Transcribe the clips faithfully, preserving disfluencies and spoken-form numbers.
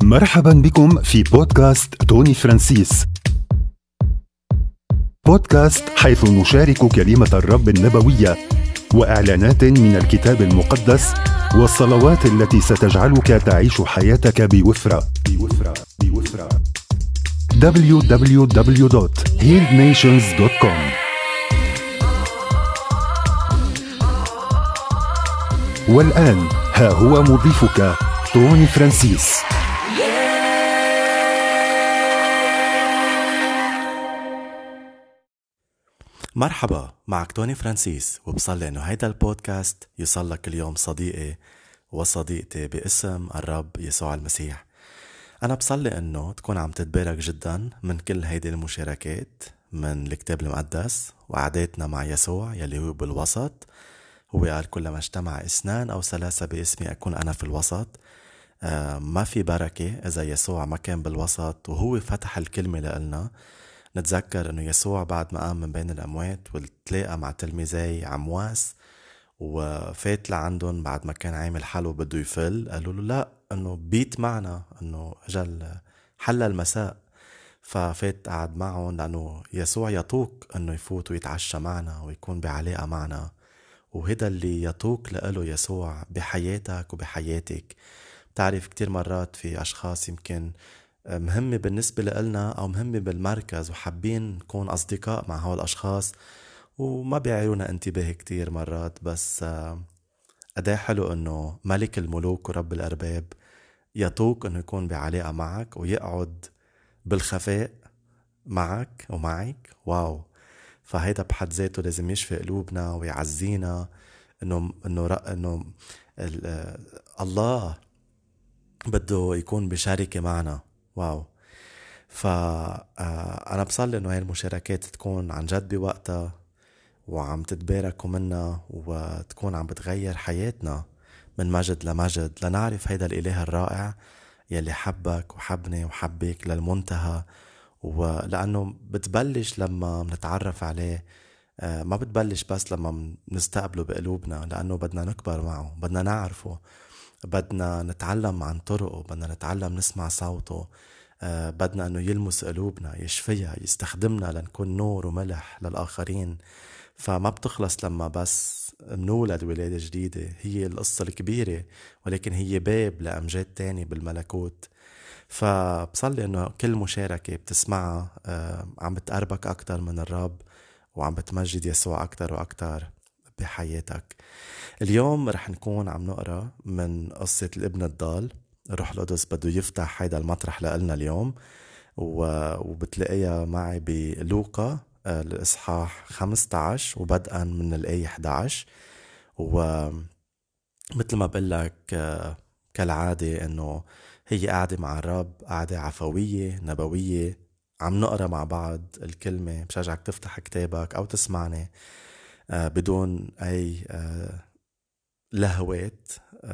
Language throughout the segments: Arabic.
مرحبا بكم في بودكاست توني فرانسيس. بودكاست حيث نشارك كلمة الرب النبوية وإعلانات من الكتاب المقدس والصلوات التي ستجعلك تعيش حياتك بوفرة بوفرة بوفرة. دبليو دبليو دبليو دوت هيلد نيشنز دوت كوم. والآن ها هو مضيفك توني فرانسيس. مرحبا، معك توني فرانسيس، وبصلي انه هيدا البودكاست يوصلك اليوم صديقي وصديقتي باسم الرب يسوع المسيح. انا بصلي انه تكون عم تتبارك جدا من كل هيدي المشاركات من الكتاب المقدس وقعداتنا مع يسوع يلي هو بالوسط. هو قال كلما اجتمع اثنان او ثلاثة باسمي اكون انا في الوسط. آه ما في بركة اذا يسوع ما كان بالوسط وهو فتح الكلمة لنا. نتذكر انه يسوع بعد ما قام من بين الاموات والتلاقى مع تلميذي عمواس وفات لعندهم بعد ما كان عامل حاله بده يفل، قالوا له لا، انه بيت معنا، انه اجل حل المساء. ففات قعد معهم لانه يسوع يطوق انه يفوت ويتعشى معنا ويكون بعلاقة معنا، وهذا اللي يطوق لقاله يسوع بحياتك وبحياتك. بتعرف كتير مرات في اشخاص يمكن مهمة بالنسبة لنا أو مهمة بالمركز وحابين نكون أصدقاء مع هول الأشخاص وما بيعيرونا انتباه كتير مرات، بس قد ايه حلو أنه ملك الملوك ورب الأرباب يطوق أنه يكون بعلاقة معك ويقعد بالخفاء معك ومعك. واو! فهيدا بحد ذاته لازم يشفي قلوبنا ويعزينا أنه, إنه, إنه الله بده يكون بشاركة معنا. واو! فأنا بصلي إنه هاي المشاركات تكون عن جد بوقتها وعم تتباركوا منا وتكون عم بتغير حياتنا من مجد لمجد لنعرف هيدا الإله الرائع يلي حبك وحبني وحبك للمنتهى. ولأنه بتبلش لما منتعرف عليه، ما بتبلش بس لما نستقبله بقلوبنا، لأنه بدنا نكبر معه، بدنا نعرفه، بدنا نتعلم عن طرقه، بدنا نتعلم نسمع صوته. آه بدنا أنه يلمس قلوبنا، يشفيها، يستخدمنا لنكون نور وملح للآخرين. فما بتخلص لما بس منولد ولادة جديدة، هي القصة الكبيرة، ولكن هي باب لأمجاد تاني بالملكوت. فبصلي أنه كل مشاركة بتسمعها آه عم بتقربك أكتر من الرب وعم بتمجد يسوع أكتر وأكتر بحياتك. اليوم رح نكون عم نقرأ من قصة الابن الضال. روح القدس بده يفتح هيدا المطرح لنا اليوم، وبتلاقيها معي بلوقا الإصحاح خمسة عشر وبدءا من الآية إحدى عشر. ومثل ما بقلك كالعادة إنه هي قاعدة مع الرب، قاعدة عفوية نبوية، عم نقرأ مع بعض الكلمة. بشجعك تفتح كتابك أو تسمعني بدون أي لهوات.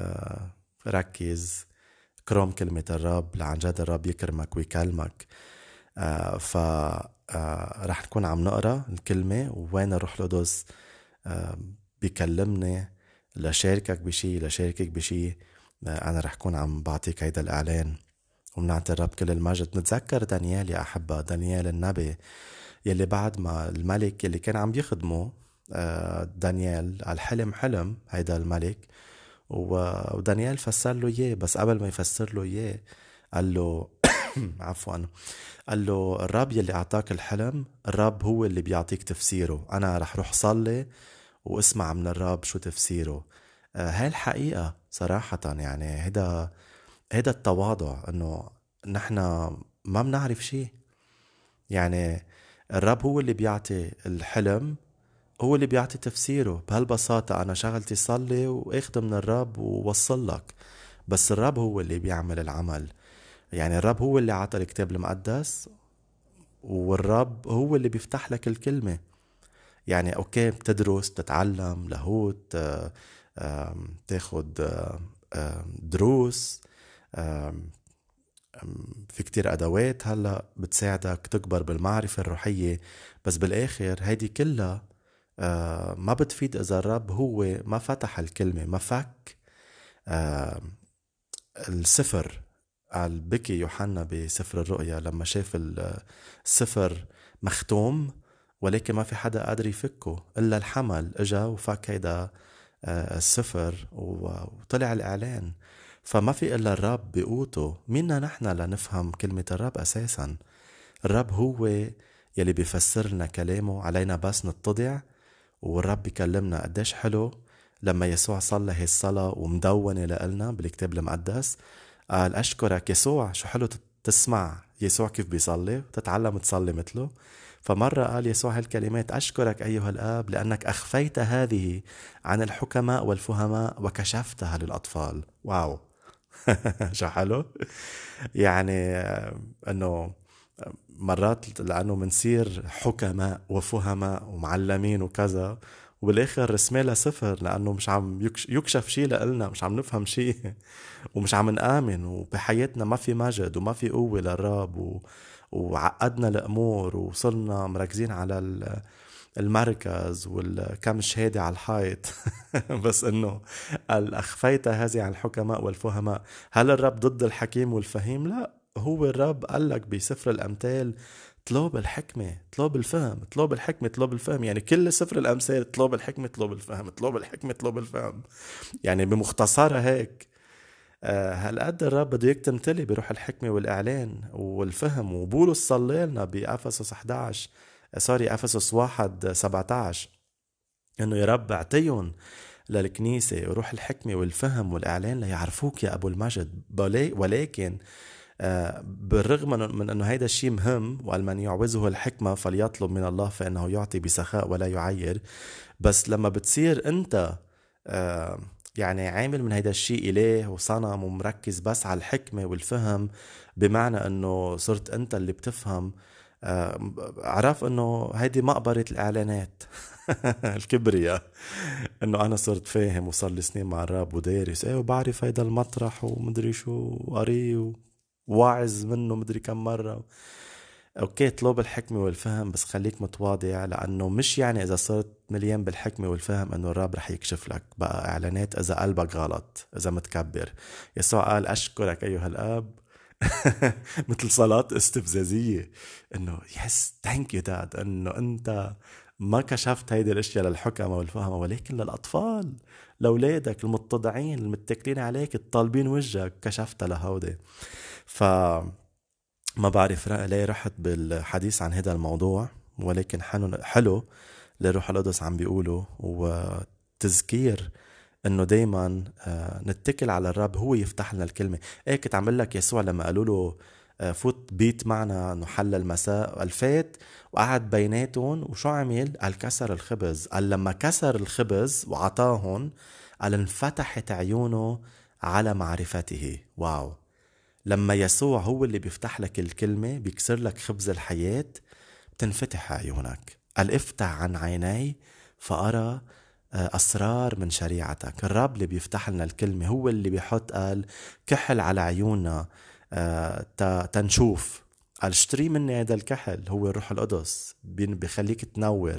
ركز، كرم كلمة الرب لعن جد الرب يكرمك ويكلمك. آه ف آه رح نكون عم نقرأ الكلمة ووين الروح القدس آه بيكلمني لشاركك بشي لشاركك بشي. آه أنا رح كون عم بعطيك هيدا الإعلان ومنعطي الرب كل المجد. نتذكر دانيال يا أحبة، دانيال النبي يلي بعد ما الملك يلي كان عم بيخدمه آه دانيال الحلم حلم هيدا الملك، ودانيال فسر له إياه. بس قبل ما يفسر له إياه قال له عفوا قال له الرب يلي أعطاك الحلم، الرب هو اللي بيعطيك تفسيره. أنا رح روح صلي واسمع من الرب شو تفسيره. آه هاي الحقيقة صراحة، يعني هيدا هيدا التواضع، إنه نحن ما بنعرف شيء. يعني الرب هو اللي بيعطي الحلم، هو اللي بيعطي تفسيره. بهالبساطة أنا شغلتي صلي وأخذ من الرب ووصل لك، بس الرب هو اللي بيعمل العمل. يعني الرب هو اللي عطى الكتاب المقدس، والرب هو اللي بيفتح لك الكلمة. يعني أوكي، بتدرس، تتعلم لاهوت، تاخد دروس، في كتير أدوات هلأ بتساعدك تكبر بالمعرفة الروحية، بس بالآخر هيدي كلها آه ما بتفيد إذا الرب هو ما فتح الكلمة، ما فك آه السفر قال بكي يوحنا بسفر الرؤيا لما شاف السفر مختوم ولكن ما في حدا قادر يفكه إلا الحمل اجا وفك هيدا السفر وطلع الإعلان. فما في إلا الرب بقوته. منا نحن لنفهم كلمة الرب أساسا؟ الرب هو يلي بيفسر لنا كلامه، علينا بس نتضع والرب بيكلمنا. قديش حلو لما يسوع صلى هي الصلاة ومدونة لنا بالكتاب المقدس، قال أشكرك يسوع. شو حلو تسمع يسوع كيف بيصلي وتتعلم تصلي مثله. فمرة قال يسوع هالكلمات: أشكرك أيها الآب لأنك أخفيت هذه عن الحكماء والفهماء وكشفتها للأطفال. واو شو حلو. يعني أنه مرات لأنه منصير حكماء وفهماء ومعلمين وكذا، وبالآخر رسمي لها صفر لأنه مش عم يكشف شيء لإلنا، مش عم نفهم شيء ومش عم نآمن، وبحياتنا ما في مجد وما في قوة للرب و... وعقدنا الأمور وصلنا مركزين على المركز والكم شهادة على الحيط بس إنه أخفيت هذه عن الحكماء والفهماء. هل الرب ضد الحكيم والفهيم؟ لا، هو الرب قال لك بسفر الأمثال: اطلب الحكمة، اطلب الفهم، اطلب الحكمة، اطلب الفهم. يعني كل سفر الأمثال اطلب الحكمة، اطلب الفهم، اطلب الحكمة، اطلب الفهم. يعني بمختصرة هيك. هالقد الرب بده اياك تمتلي بروح الحكمة والإعلان والفهم. وبولس صلى لنا بأفسس إحدى عشر سوري أفسس واحد سبعة عشر إنه يا رب اعطيهم للكنيسة روح الحكمة والفهم والإعلان ليعرفوك يا أبو المجد. ولكن بالرغم من أنه هيدا الشيء مهم، ومن يعوزه الحكمة فليطلب من الله فإنه يعطي بسخاء ولا يعير. بس لما بتصير أنت يعني عامل من هيدا الشيء إله وصنم ومركز بس على الحكمة والفهم، بمعنى أنه صرت أنت اللي بتفهم، عرف أنه هيدي مقبرة الإعلانات الكبرياء. أنه أنا صرت فاهم وصار لي سنين مع الرب ودارس ايه وبعرف هيدا المطرح ومدري شو وقريه وواعز منه مدري كم مرة. اوكي، اطلب الحكمة والفهم بس خليك متواضع، لأنه مش يعني إذا صرت مليان بالحكمة والفهم أنه الرب رح يكشف لك بقى إعلانات إذا قلبك غلط، إذا متكبر. يسوع قال أشكرك أيها الآب مثل صلاة استفزازية، إنه يس ثانك يو داد إنه أنت ما كشفت هيدي الاشياء للحكمة والفهمة ولكن للأطفال، لأولادك المتضعين المتكلين عليك الطالبين وجهك، كشفت لهودي. ف ما بعرف ليه رحت بالحديث عن هذا الموضوع، ولكن حلو لروح القدس عم بيقوله، وتذكير انه دايما نتكل على الرب هو يفتح لنا الكلمة. ايه كنت عمل لك يسوع لما قالوا له فوت بيت معنا انه حل المساء، الفات وقعد بيناتهم وشو عمل؟ قال كسر الخبز. قال لما كسر الخبز وعطاهن قال انفتحت عيونه على معرفته. واو. لما يسوع هو اللي بيفتح لك الكلمة، بيكسر لك خبز الحياة، بتنفتح عيونك. قال افتح عن عيني فأرى أسرار من شريعتك. الرب اللي بيفتح لنا الكلمة هو اللي بيحط قال كحل على عيوننا تنشوف. قال اشتري مني هذا الكحل، هو الروح القدس بيخليك تنور.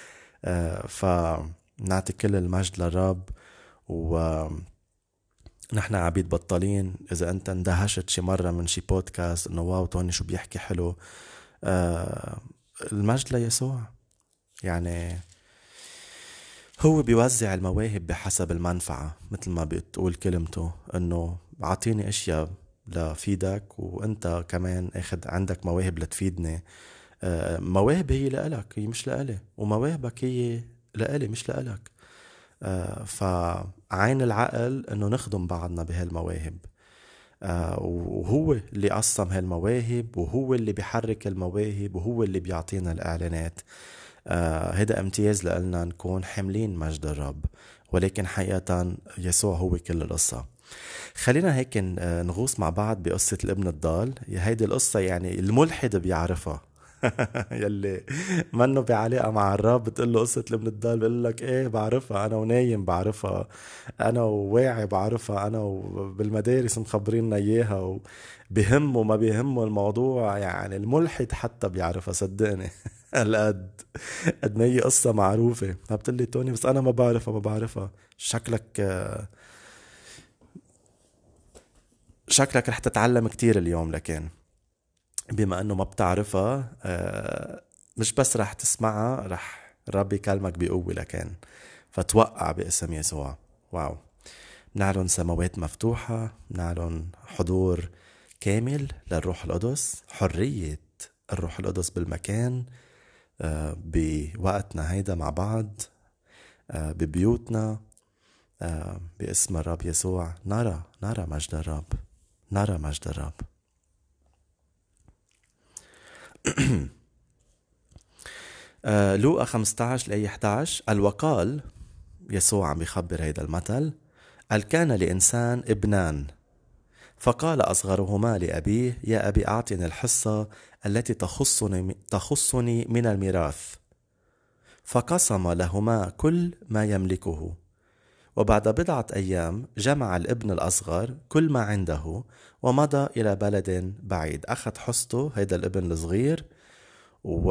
فنعطي كل المجد للرب. و نحن عبيد بطلين. إذا أنت اندهشت شي مرة من شي بودكاست إنه واو توني شو بيحكي حلو، آه المجد ليسوع. يعني هو بيوزع المواهب بحسب المنفعة، مثل ما بتقول كلمته إنه عطيني أشياء لفيدك وأنت كمان أخذ عندك مواهب لتفيدني. آه مواهب هي لألك، هي مش لألي، ومواهبك هي لألي مش لألك. آه فعين العقل انه نخدم بعضنا بهالمواهب. آه وهو اللي قسم هالمواهب، وهو اللي بيحرك المواهب، وهو اللي بيعطينا الاعلانات. آه هذا امتياز لنا نكون حاملين مجد الرب، ولكن حقيقة يسوع هو كل القصة. خلينا هيك نغوص مع بعض بقصة الابن الضال. هيدي القصة يعني الملحد بيعرفها يلي منه بعلاقة مع الرب بتقول له قصة الابن الضال بيقول لك ايه بعرفها انا، ونايم بعرفها انا، وواعي بعرفها انا، وبالمدارس مخبريننا اياها، وبهمه ما بيهمه الموضوع. يعني الملحد حتى بيعرفها صدقني. القد قد ما هي قصة معروفة. فبتقول لي توني بس انا ما بعرفها ما بعرفها شكلك شكلك رح تتعلم كتير اليوم، لكن بما انه ما بتعرفها آه، مش بس رح تسمعها، رح الرب يكلمك بقوة، لكن فتوقع باسم يسوع. واو. نعلن سماوات مفتوحة، نعلن حضور كامل للروح القدس، حرية الروح القدس بالمكان، آه، بوقتنا هيدا مع بعض، آه، ببيوتنا، آه، باسم الرب يسوع. نرى نرى مجد الرب، نرى مجد الرب. آه، لوقا خمسة عشر لآية إحدى عشر قال: وقال يسوع عم بيخبر هيدا المثل، قال: كان لإنسان ابنان، فقال أصغرهما لأبيه: يا أبي أعطني الحصة التي تخصني, تخصني من الميراث. فقسم لهما كل ما يملكه. وبعد بضعة أيام جمع الابن الأصغر كل ما عنده ومضى إلى بلد بعيد. أخذ حصته هيدا الابن الصغير و...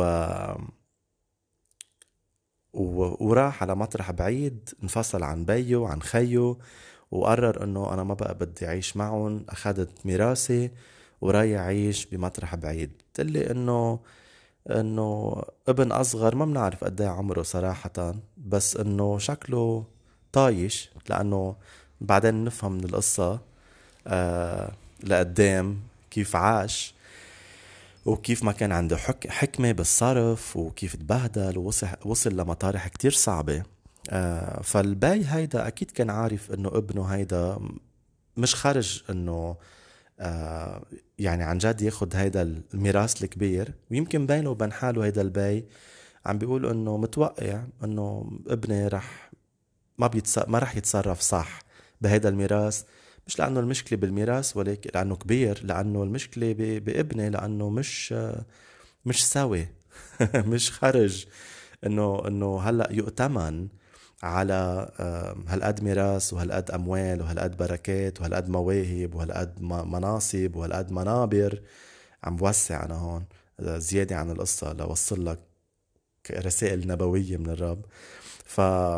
و... وراح على مطرح بعيد، انفصل عن بيه وعن خيه، وقرر انه انا ما بقى بدي اعيش معهم، اخذت ميراثي ورايح اعيش بمطرح بعيد. تقلي انه انه ابن اصغر ما بنعرف قد ايه عمره صراحة، بس انه شكله طايش، لانه بعدين نفهم من القصة آه لقدام كيف عاش وكيف ما كان عنده حك حكمة بالصرف، وكيف تبهدل ووصل وصل لمطارح كتير صعبة. آه فالباي هيدا أكيد كان عارف إنه ابنه هيدا مش خارج إنه آه يعني عن جد ياخد هيدا الميراث الكبير، ويمكن بينه وبين حاله هيدا الباي عم بيقول إنه متوقع إنه ابني رح ما بيتص... ما رح يتصرف صح بهيدا الميراث، مش لأنه المشكلة بالميراث ولكن لأنه كبير، لأنه المشكلة ب... بابني، لأنه مش مش سوي مش خرج إنه إنه هلأ يؤتمن على هالقد ميراث وهالقد أموال وهالقد بركات وهالقد مواهب وهالقد مناصب وهالقد منابر. عم بوسع أنا هون زيادة عن القصة لوصل لك رسائل نبوية من الرب. ف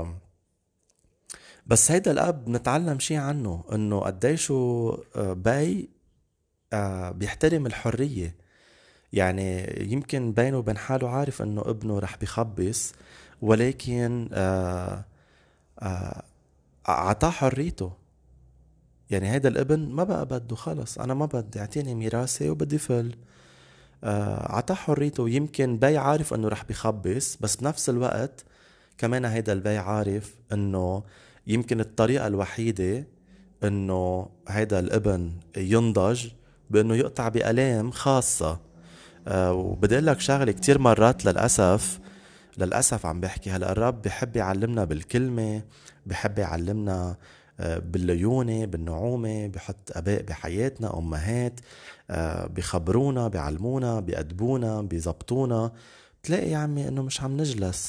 بس هيدا الأب نتعلم شي عنه، إنه قديشو باي بيحترم الحرية. يعني يمكن بينه وبين حاله عارف إنه ابنه رح بيخبص، ولكن عطاه حريته. يعني هيدا الابن ما بقى بده، خلص أنا ما بدي، اعطيني ميراثي وبدي فل. عطاه حريته. يمكن باي عارف إنه رح بيخبص، بس بنفس الوقت كمان هيدا الباي عارف إنه يمكن الطريقة الوحيدة انه هيدا الابن ينضج بانه يقطع بألام خاصة. أه وبدي اقول لك شغله، كتير مرات للأسف للأسف عم بحكي هلا الرب بحب يعلمنا بالكلمة، بحب يعلمنا أه بالليونة بالنعومة، بحط أباء بحياتنا، أمهات أه بخبرونا، بيعلمونا، بيأدبونا، بيزبطونا. تلاقي يا عمي انه مش عم نجلس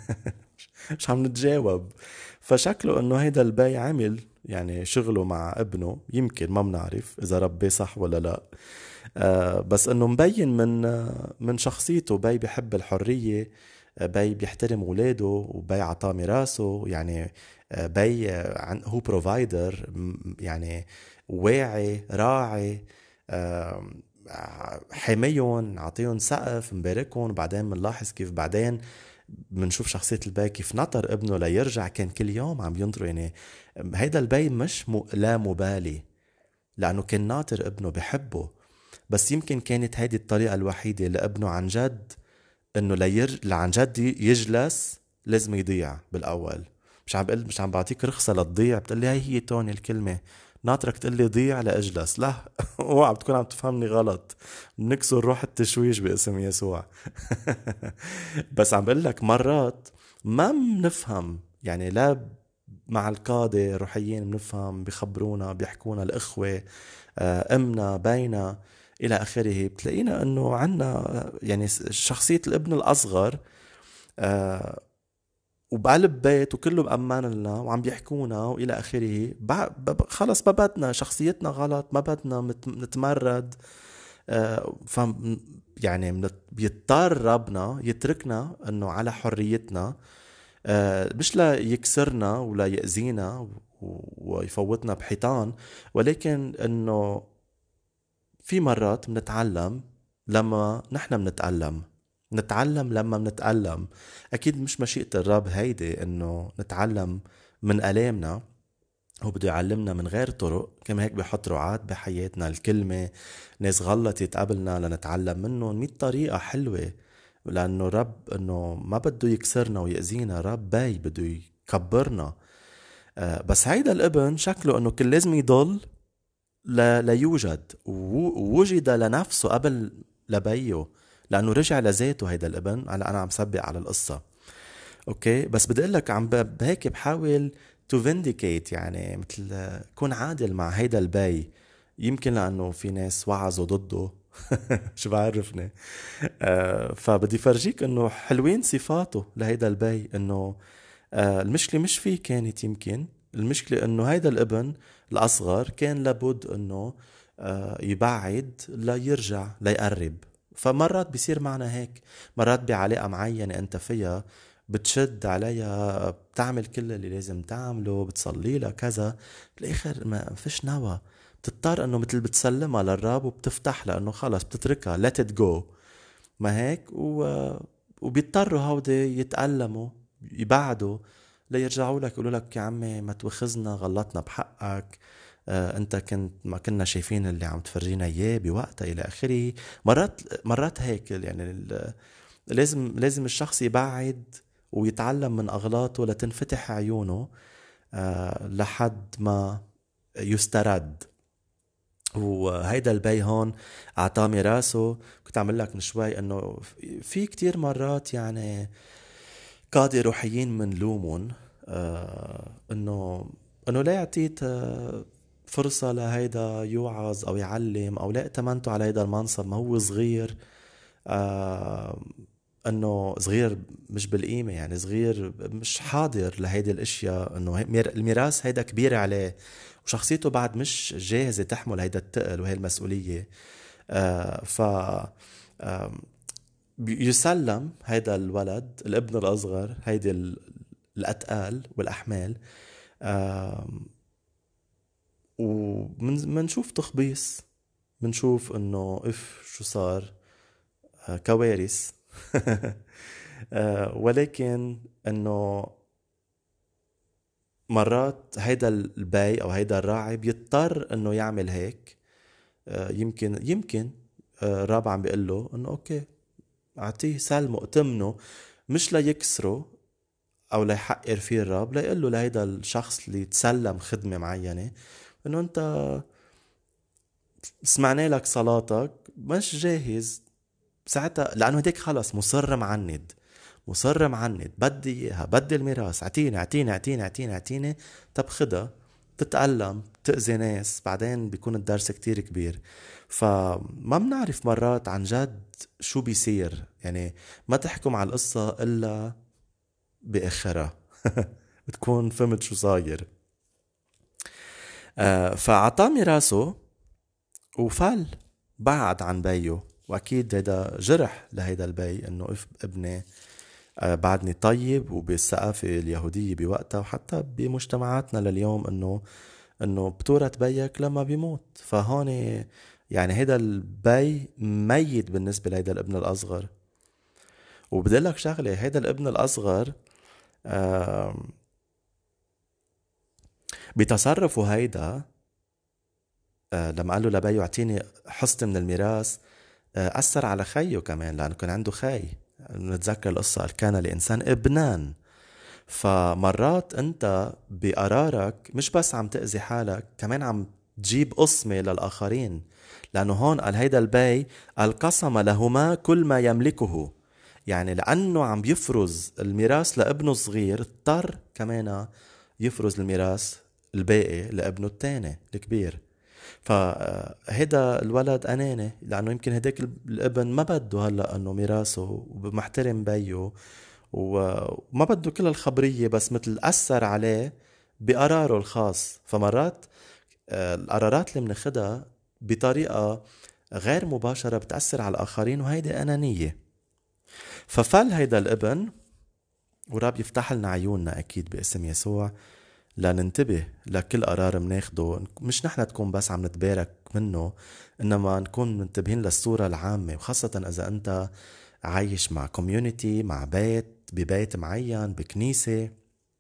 مش عم نتجاوب. فشكله انه هيدا الباي عمل يعني شغله مع ابنه، يمكن ما بنعرف اذا ربي صح ولا لا. آه بس انه مبين من آه من شخصيته باي بيحب الحرية، آه باي بيحترم ولاده، وباي عطاه ميراثه. يعني آه باي آه هو بروفايدر، يعني واعي راعي، آه حميهم، عطيهم سقف، مباركهم. بعدين منلاحظ كيف بعدين منشوف شخصية الباي كيف نطر ابنه ليرجع، كان كل يوم عم ينطره. يعني هيدا الباي مش م... لا مبالي، لأنه كان ناطر ابنه بحبه. بس يمكن كانت هيدي الطريقة الوحيدة لابنه عن جد انه لير... لعن جد يجلس لازم يضيع بالأول. مش عم بقول مش عم بعطيك رخصة لتضيع، بتقلي هاي هي توني الكلمة، ناطرك تقلي ضيع لأجلس. لا اوعى بتكون عم تفهمني غلط، نكسر روح التشويش باسم يسوع بس عم بقول لك مرات ما بنفهم، يعني لا مع القادة روحيين بنفهم، بيخبرونا بيحكونا الإخوة أمنا بينا إلى آخره، بتلاقينا أنه عنا يعني شخصية الابن الأصغر آه وبقلب بيت وكله بأمان لنا وعم بيحكونا وإلى آخره. خلص ما بدنا، شخصيتنا غلط، ما بدنا نتمرد. آه ف يعني بيضطر ربنا يتركنا أنه على حريتنا، آه مش لا يكسرنا ولا يأذينا ويفوتنا بحيطان، ولكن أنه في مرات منتعلم لما نحن منتألم، نتعلم لما منتألم. أكيد مش مشيئة الرب هيدي إنه نتعلم من ألامنا، هو بده يعلمنا من غير طرق. كما هيك بيحط رعاة بحياتنا، الكلمة، ناس غلطت قبلنا لنتعلم منهم مية طريقة حلوة، لأنه الرب إنه ما بده يكسرنا ويأذينا، رب باي بده يكبرنا. آه بس هيدا الابن شكله إنه كان لازم يضل لا, لا يوجد، ووجد لنفسه قبل لبيه، لأنه رجع لذاته هيدا الابن. على أنا عم سبق على القصة، أوكي؟ بس بدي أقول لك عم بهيك بحاول to vindicate، يعني مثل كون عادل مع هيدا البي. يمكن لأنه في ناس وعظوا ضده شو بعرفني. آه فبدي فرجيك إنه حلوين صفاته لهيدا البي. إنه آه المشكلة مش فيه كانت، يمكن المشكلة إنه هيدا الابن الأصغر كان لابد إنه آه يبعد لا يرجع لا يقرب. فمرات بيصير معنا هيك، مرات بعلاقة معينة أنت فيها بتشد عليها، بتعمل كل اللي لازم تعمله، بتصلي لها كذا، بالاخر ما فيش نوى. بتضطر انه مثل بتسلمها للرب وبتفتح لها انه خلص بتتركها let it go، ما هيك؟ و... وبيضطروا هودي يتألموا يبعدوا ليرجعوا لك يقولوا لك يا عمي ما توخزنا، غلطنا بحقك، آه انت كنت ما كنا شايفين اللي عم تفرجينا اياه بوقتها الى اخره. مرات مرات هيك يعني لازم لازم الشخص يبعد ويتعلم من أغلاطه لتنفتح عيونه أه لحد ما يسترد. وهيدا البي هون أعطاه ميراثه. كنت عمل لك من شوي أنه في كتير مرات يعني قادة روحيين من لومون أه أنه أنه لا يعطيت فرصة لهيدا يوعظ أو يعلم، أو لا ائتمنته على هيدا المنصب، ما هو صغير. أه انه صغير مش بالقيمة، يعني صغير مش حاضر لهيدي الاشياء، انه الميراث هيدا كبير عليه، وشخصيته بعد مش جاهزة تحمل هيدا التقل وهي المسؤولية. آه ف آه يسلم هيدا الولد الابن الاصغر هيدي الاتقال والاحمال. آه ومنشوف تخبيص، منشوف انه اف شو صار، آه كوارث آه ولكن انه مرات هيدا البي او هيدا الراعي بيضطر انه يعمل هيك. آه يمكن يمكن آه راب عم بيقول له انه اوكي اعطيه سلمه ائتمنه، مش ليكسره او ليحقر فيه الرب، ليقول له لهيدا الشخص اللي تسلم خدمة معينة انه انت سمعنا لك صلاتك مش جاهز ساعتها، لانه هديك خلص مصر معند مصر معند بدي اياها، بدي الميراث، اعطيني اعطيني اعطيني اعطيني اعطيني. طب خدها، تتألم، تأذي ناس، بعدين بيكون الدرس كتير كبير. فما بنعرف مرات عن جد شو بيصير، يعني ما تحكم على القصة إلا بآخرها بتكون فهمت شو صاير. آه فعطاه ميراثه وفال بعد عن بيه، واكيد هيدا جرح لهيدا البي انه اف ابني آه بعدني طيب. وبالثقافة اليهودية بوقتها وحتى بمجتمعاتنا لليوم انه انه بتورث بيك لما بيموت. فهون يعني هيدا البي ميت بالنسبة لهيدا الابن الاصغر. وبدي لك شغلة، هيدا الابن الاصغر آه بتصرفه هيدا آه لما قال له لبيه اعطيني حصة من الميراث، آه أثر على خيه كمان، لأنه كان عنده خي. نتذكر القصة، قال كان لإنسان ابنان. فمرات أنت بقرارك مش بس عم تأذي حالك، كمان عم تجيب قسمة للآخرين. لأنه هون قال هيدا البي القسم لهما كل ما يملكه، يعني لأنه عم يفرز الميراث لابنه الصغير اضطر كمان يفرز الميراث الباقي لابنه التاني الكبير. فهيدا الولد أناني، لأنه يمكن هداك الابن ما بده هلأ أنه ميراثه ومحترم بيه وما بده كل الخبرية، بس مثل أثر عليه بقراره الخاص. فمرات القرارات اللي مناخدها بطريقة غير مباشرة بتأثر على الآخرين، وهيدي أنانية. ففل هيدا الابن، وراب يفتح لنا عيوننا أكيد باسم يسوع لننتبه لكل قرار مناخده. مش نحن تكون بس عم نتبارك منه، إنما نكون منتبهين للصورة العامة، وخاصة إذا أنت عايش مع كوميونيتي، مع بيت ببيت معين بكنيسة.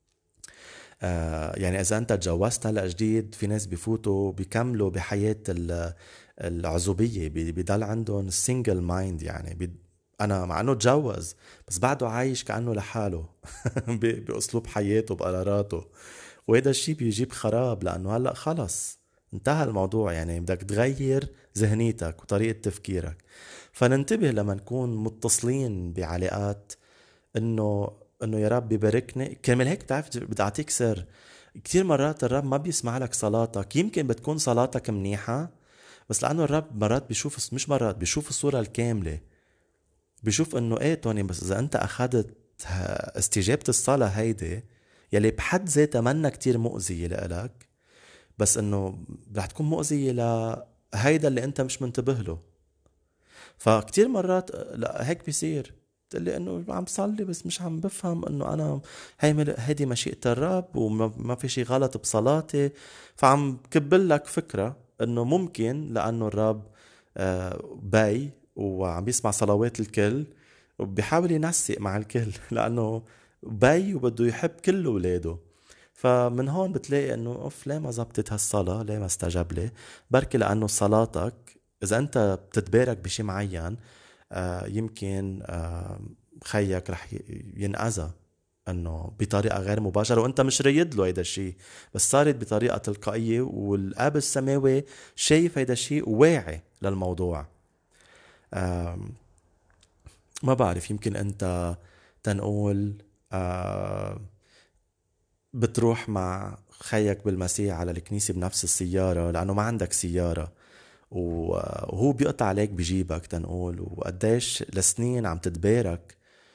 آه يعني إذا أنت تجوزت هلأ جديد، في ناس بيفوتوا بيكملوا بحياة العزوبية، بيضل عندهم السنجل مايند، يعني بي أنا مع أنه تجوز بس بعده عايش كأنه لحاله بأسلوب حياته بقراراته، وهذا الشيء بيجيب خراب، لأنه هلأ خلص انتهى الموضوع. يعني بدك تغير ذهنيتك وطريقة تفكيرك. فننتبه لما نكون متصلين بعلاقات، انه انه يا رب يباركني. كرمال هيك بتعرف بدي اعطيك سر، كتير مرات الرب ما بيسمع لك صلاتك. يمكن بتكون صلاتك منيحة، بس لأنه الرب مرات بيشوف، مش مرات بيشوف الصورة الكاملة. بيشوف انه ايه توني، بس اذا انت اخذت استجابة الصلاة هيدي يلي بحد ذاتها منا كتير مؤذية لإلك، بس انه رح تكون مؤذية لهيدا اللي انت مش منتبه له. فكتير مرات لا هيك بيصير، تقلي انه عم صلي بس مش عم بفهم انه انا هي هيدي مشيئة الرب وما في شي غلط بصلاتي. فعم كبل لك فكرة انه ممكن لانه الرب باي وعم بيسمع صلوات الكل وبيحاول ينسق مع الكل لانه باي وبده يحب كل اولاده. فمن هون بتلاقي انه اوف ليه ما زبطت هالصلاة، ليه ما استجاب لي؟ بركي لانه صلاتك اذا انت بتتبارك بشي معين، آه يمكن آه خيك رح ينأذى انه بطريقة غير مباشرة وانت مش رايد له هيدا الشيء، بس صارت بطريقة تلقائية، والاب السماوي شايف هيدا الشيء وواعي للموضوع. آه ما بعرف، يمكن انت تنقول آه بتروح مع خيك بالمسيح على الكنيسة بنفس السيارة لأنه ما عندك سيارة، وهو بيقطع عليك بجيبك تنقول، وقديش لسنين عم تتبارك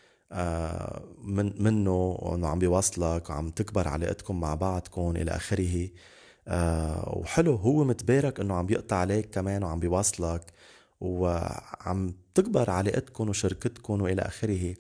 من منه وانه عم بيوصلك وعم تكبر علاقتكم مع بعضكم الى اخره. وحلو هو متبارك انه عم بيقطع عليك كمان وعم بيوصلك وعم تكبر علاقتكم وشركتكم والى اخره.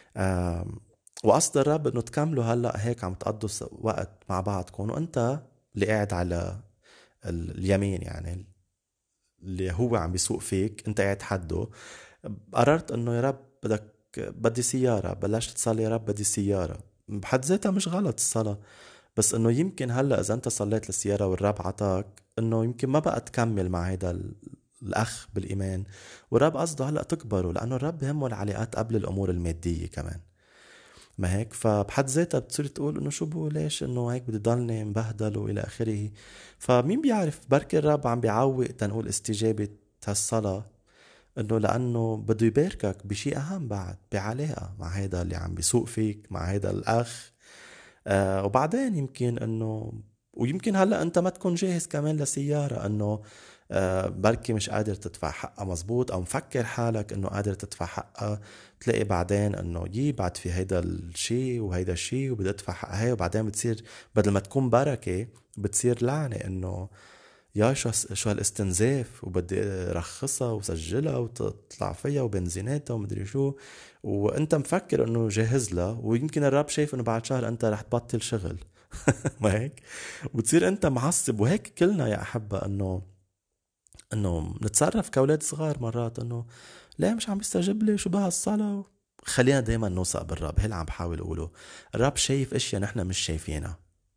وقصد الرب انه تكملوا هلا هيك عم تقضوا وقت مع بعضكم، وانت اللي قاعد على اليمين، يعني اللي هو عم بيسوق فيك، انت قاعد حده، قررت انه يا رب بدك بدي سيارة، بلشت تصلي يا رب بدي سيارة. بحد ذاتها مش غلط الصلاة، بس انه يمكن هلأ اذا انت صليت للسيارة والرب عطاك، انه يمكن ما بقى تكمل مع هيدا الاخ بالايمان، والرب قصده هلأ تكبروا، لانه الرب بهمه العلاقات قبل الامور المادية كمان، ما هيك؟ فبحد ذاتها بتصير تقول انه شو بو ليش انه هيك بدي ضلني مبهدل والى اخره. فمين بيعرف، بركي الرب عم بيعوق تنقول استجابة هالصلاة، انه لانه بده يباركك بشيء اهم بعد، بعلاقة مع هيدا اللي عم بيسوق فيك، مع هيدا الاخ. آه وبعدين يمكن انه، ويمكن هلأ انت ما تكون جاهز كمان لسيارة، انه آه بركي مش قادر تدفع حقها مزبوط، او مفكر حالك انه قادر تدفع حقها، تلاقي بعدين انه يي بعد في هيدا الشي وهيدا الشي وبدي ادفع حقها هي، وبعدين بتصير بدل ما تكون بركة بتصير لعنة، انه يا شو شو هالاستنزاف، وبدي رخصها وسجلها وتطلع فيها وبنزيناتها ومدري شو، وانت مفكر انه جاهز لها، ويمكن الرب شايف انه بعد شهر انت رح تبطل شغل. ما هيك؟ وتصير انت معصب. وهيك كلنا يا احبة انه انه نتصرف كاولاد صغار مرات، انه لا مش عم بيستجيب لي، شو بها الصلاة. خلينا دايما نوثق بالرب، هي اللي عم بحاول اقوله. الرب شايف اشياء نحن مش شايفينها.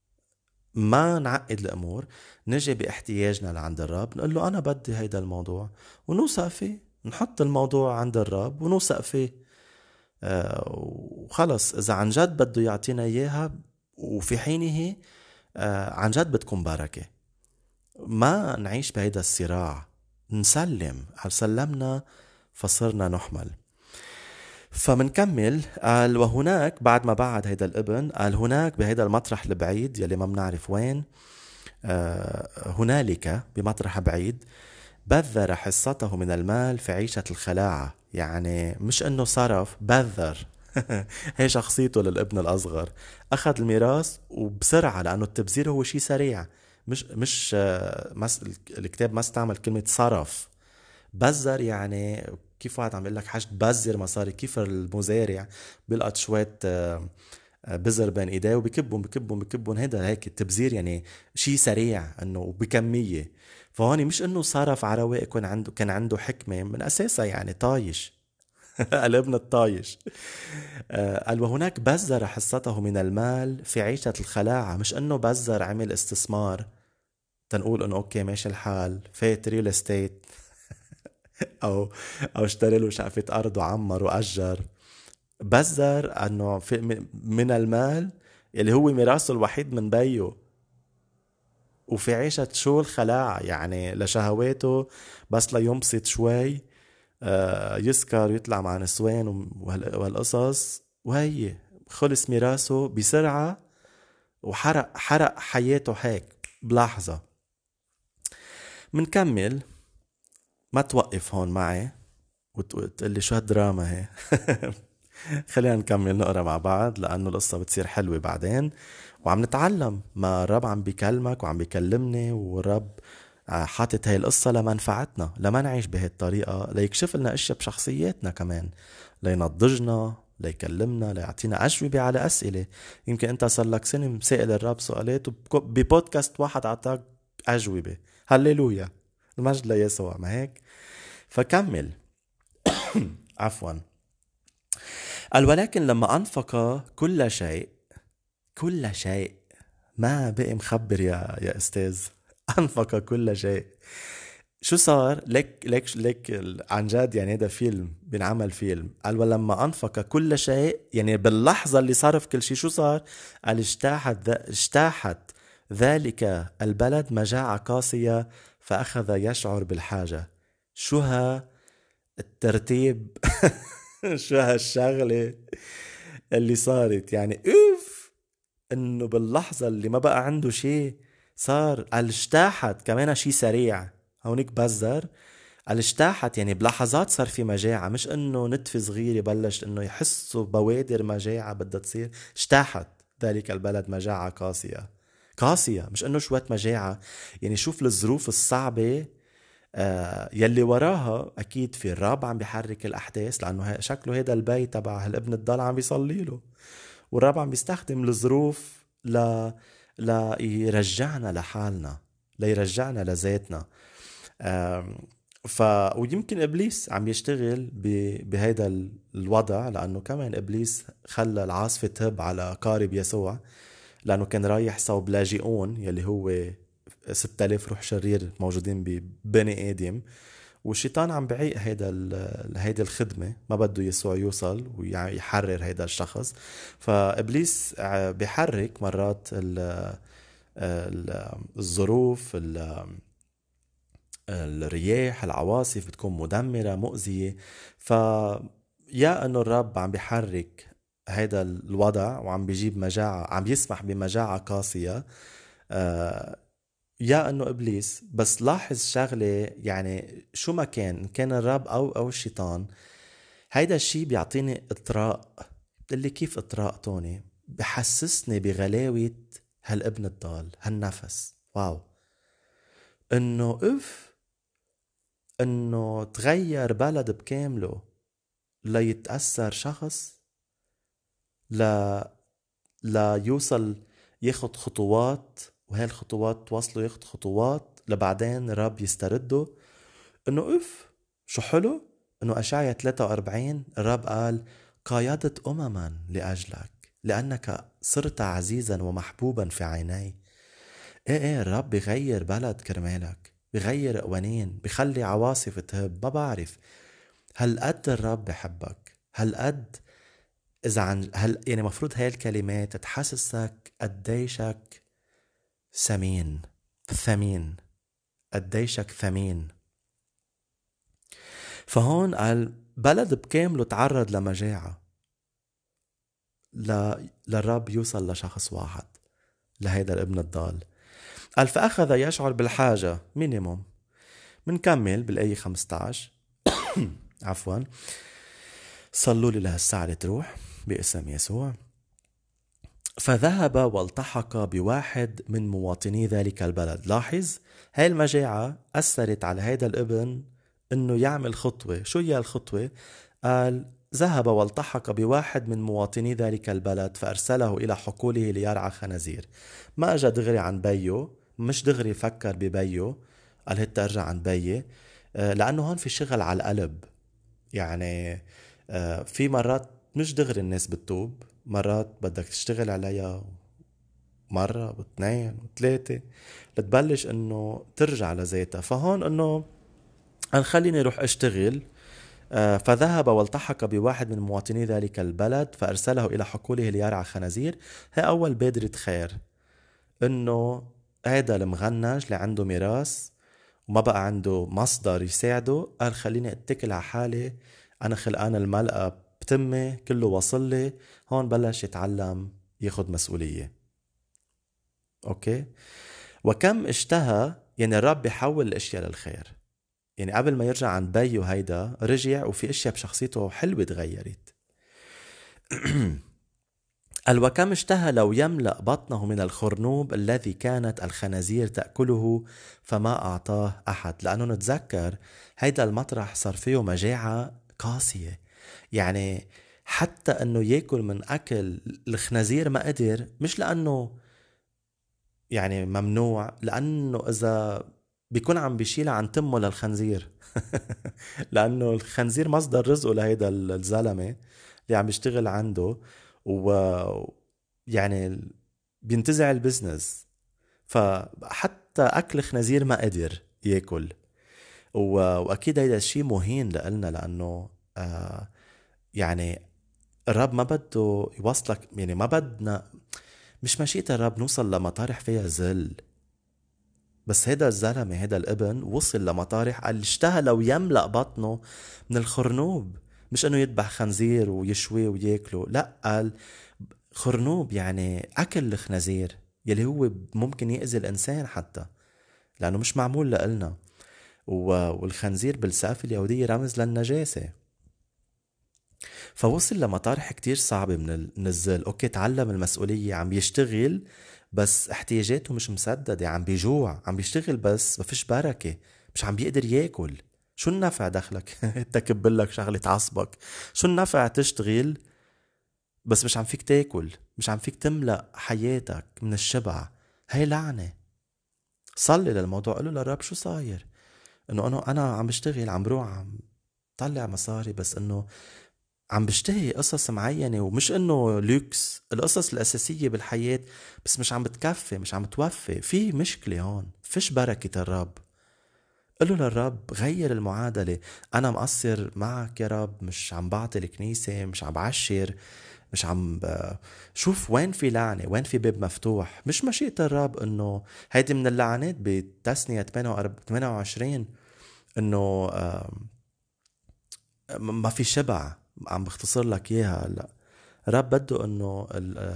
ما نعقد الامور، نجي باحتياجنا لعند الرب نقول له انا بدي هيدا الموضوع ونوثق فيه، نحط الموضوع عند الرب ونوثق فيه. آه وخلص اذا عن جد بده يعطينا اياها وفي حينه آه عن جد بتكون بركة. ما نعيش بهيدا الصراع، نسلم، هل سلمنا فصرنا نحمل. فمنكمل، قال وهناك بعد ما بعد هيدا الابن، قال هناك بهيدا المطرح البعيد يلي ما بنعرف وين، آه هنالك بمطرح بعيد بذر حصته من المال في عيشة الخلاعة. يعني مش انه صرف، بذر. هي شخصيته للابن الاصغر، اخذ الميراث وبسرعة، لانه التبذير هو شيء سريع. مش مش آه مس الكتاب ما استعمل كلمة صرف. بذر يعني كيف واحد عم يقول لك حاج بذر مصاري، كيف المزارع بيلقط شوية بذر بين ايديه وبكبهم بكبهم بكبهم. هيدا هيك التبذير، يعني شيء سريع انه بكمية. فهون مش انه صرف على رواق، كان عنده كان عنده حكمة من اساسها، يعني طايش. الابن الطايش. آه، قال وهناك بذر حصته من المال في عيشة الخلاعة، مش انه بذر عمل استثمار تنقول انه اوكي ماشي الحال، فات ريل استيت او او اشتري له شقفة ارض وعمر واجر. بذر انه في من المال اللي هو ميراثه الوحيد من بيه، وفي عيشة شو الخلاعة، يعني لشهواته بس لينبسط شوي، آه، يسكر يطلع مع نسوان وهال- وهالقصص، وهي خلص ميراثه بسرعة وحرق حرق حياته هيك بلحظة. منكمل، ما توقف هون معي وتقلي شو هالدراما هي. خلينا نكمل نقرا مع بعض لأنه القصة بتصير حلوة بعدين، وعم نتعلم ما الرب عم بيكلمك وعم بيكلمني، والرب حاطط هاي القصة لمنفعتنا، لما نعيش بهي الطريقة، ليكشف لنا اشياء بشخصياتنا كمان، لينضجنا، ليكلمنا، ليعطينا أجوبة على أسئلة. يمكن أنت صار لك سنة مسائل الرب سؤالات، وببودكاست واحد عطاك أجوبة. هللويا، المجد ليسوع، ما هيك؟ فكمل. عفوا. قال ولكن لما أنفق كل شيء، كل شيء، ما بقي مخبر يا يا أستاذ. أنفق كل شيء. شو صار؟ لك لك لك عن جد، يعني هذا فيلم بنعمل فيلم. قال ولما أنفق كل شيء، يعني باللحظة اللي صرف كل شيء، شو صار؟ قال اجتاحت اجتاحت ذلك البلد مجاعة قاسية، فأخذ يشعر بالحاجة. شو ها الترتيب؟ شو هالشغلة اللي صارت؟ يعني اوف، انه باللحظة اللي ما بقى عنده شيء صار اجتاحت كمان شيء سريع. هونيك بزر اجتاحت، يعني بلحظات صار في مجاعة، مش انه نتفة صغيرة بلش انه يحسوا بوادر مجاعة بدها تصير. اجتاحت ذلك البلد مجاعة قاسية. قاسية، مش انه شوية مجاعة. يعني شوف الظروف الصعبة آه يلي وراها. اكيد في الرب عم بيحرك الاحداث، لانه شكله هيدا البيت تبع هالابن الضال عم بيصلي له، والرب عم بيستخدم الظروف ل لا يرجعنا لحالنا، ليرجعنا لذاتنا. ف ويمكن ابليس عم يشتغل ب... بهيدا الوضع، لانه كمان ابليس خلى العاصفه تهب على قارب يسوع، لانه كان رايح صوب لاجئون يلي هو ستة آلاف روح شرير موجودين ببني ادم، والشيطان عم بعيق هيدا هيدا الخدمة، ما بده يسوع يوصل ويحرر هيدا الشخص. فإبليس بيحرك مرات الظروف، الرياح، العواصف بتكون مدمرة مؤذية. فيا انه الرب عم بيحرك هيدا الوضع وعم بيجيب مجاعة، عم يسمح بمجاعة قاسية، يا انه ابليس. بس لاحظ شغله، يعني شو ما كان، ان كان الرب او او الشيطان، هيدا الشي بيعطيني اطراء. بتقلي كيف اطراء توني؟ بحسسني بغلاوة هالابن الضال، هالنفس. واو، انه اف انه تغير بلد بكامله ليتأثر شخص، لا لا يوصل ياخد خطوات، وهي الخطوات توصله ياخد خطوات لبعدين الرب يسترده. انه اف شو حلو انه اشعيا ثلاثة وأربعين الرب قال قايدت امما لاجلك لانك صرت عزيزا ومحبوبا في عيني. ايه ايه الرب بيغير بلد كرمالك، بيغير قوانين، بيخلي عواصف تهب. ما بعرف هل قد الرب بحبك، هل قد اذا عن هل يعني مفروض هاي الكلمات تحسسك قديشك ثمين، ثمين، قديشك ثمين. فهون قال بلد بكامله تعرض لمجاعة، ل... للرب يوصل لشخص واحد، لهيدا الابن الضال. قال فأخذ يشعر بالحاجة مينيموم. منكمل بالآية خمسة عشر. عفوا. صلوا لي لهالساعة تروح باسم يسوع. فذهب والتحق بواحد من مواطني ذلك البلد. لاحظ هاي المجاعة أثرت على هيدا الابن انه يعمل خطوة. شو هي الخطوة؟ قال ذهب والتحق بواحد من مواطني ذلك البلد فأرسله إلى حقوله ليرعى خنازير. ما أجا دغري عن بيو، مش دغري فكر ببيو قال هيك ارجع عند بيي، لأنه هون في شغل على القلب. يعني في مرات مش دغري الناس بتتوب، مرات بدك تشتغل عليها مرة واثنين وثلاثة لتبلش انه ترجع لذاتها. فهون انه قال خليني اروح اشتغل. فذهب والتحق بواحد من مواطني ذلك البلد فارسله الى حقوله ليرعى خنازير. هي اول بادرة خير، انه هيدا المغنج اللي عنده ميراث وما بقى عنده مصدر يساعده، قال خليني اتكل على حالي، انا خلقان الملقى بتمي كله وصل لي. هون بلش يتعلم ياخد مسؤولية. اوكي. وكم اشتهى، يعني الرب بيحول الاشياء للخير. يعني قبل ما يرجع عند بيو هيدا رجع وفي اشياء بشخصيته حلوة تغيرت. قال وكم اشتهى لو يملأ بطنه من الخرنوب الذي كانت الخنازير تأكله فما أعطاه أحد. لأنه نتذكر هيدا المطرح صار فيه مجاعة قاسية، يعني حتى أنه يأكل من أكل الخنازير ما قدر، مش لأنه يعني ممنوع، لأنه إذا بيكون عم بيشيل عن تمه للخنزير لأنه الخنزير مصدر رزقه لهيدا الزلمة اللي عم بيشتغل عنده، و يعني بينتزع البزنس. فحتى أكل خنزير ما قدر يأكل. و... وأكيد هيدا الشيء مهين لنا، لأنه آه يعني الرب ما بده يوصلك، يعني ما بدنا، مش مشيئة الرب نوصل لمطارح فيها ذل. بس هيدا الزلمة هيدا الابن وصل لمطارح قال اشتهى لو يملأ بطنه من الخرنوب، مش انه يذبح خنزير ويشويه وياكله، لا، قال خرنوب يعني اكل الخنزير يلي هو ممكن يأذي الانسان حتى لانه مش معمول لإلنا. والخنزير بالثقافة اليهودية رمز للنجاسة. فوصل لمطارح كتير صعبة من الذل. اوكي تعلم المسؤولية، عم بيشتغل بس احتياجاته مش مسددة، عم بيجوع، عم بيشتغل بس ما فيش بركة، مش عم بيقدر ياكل. شو النفع دخلك تكبلك شغلة عصبك؟ شو النفع تشتغل بس مش عم فيك تاكل، مش عم فيك تملأ حياتك من الشبع؟ هاي لعنة. صلي للموضوع، قله للرب شو صاير، انه انا انا عم بشتغل، عم بروح، عم طلع مصاري، بس انه عم بشتهي قصص معينة، ومش انه لوكس، القصص الاساسية بالحياة، بس مش عم بتكفي، مش عم توفي. في مشكلة هون، فيش بركة الرب. قله للرب غير المعادلة. انا مقصر معك يا رب، مش عم بعطي الكنيسة، مش عم بعشر، مش عم ب... شوف وين في لعنة، وين في باب مفتوح. مش مشيئة الرب انه هيدي من اللعنات بتسنية ثمانية وعشرين انه ما في شبع. عم بختصر لك اياها هلا. رب بده انه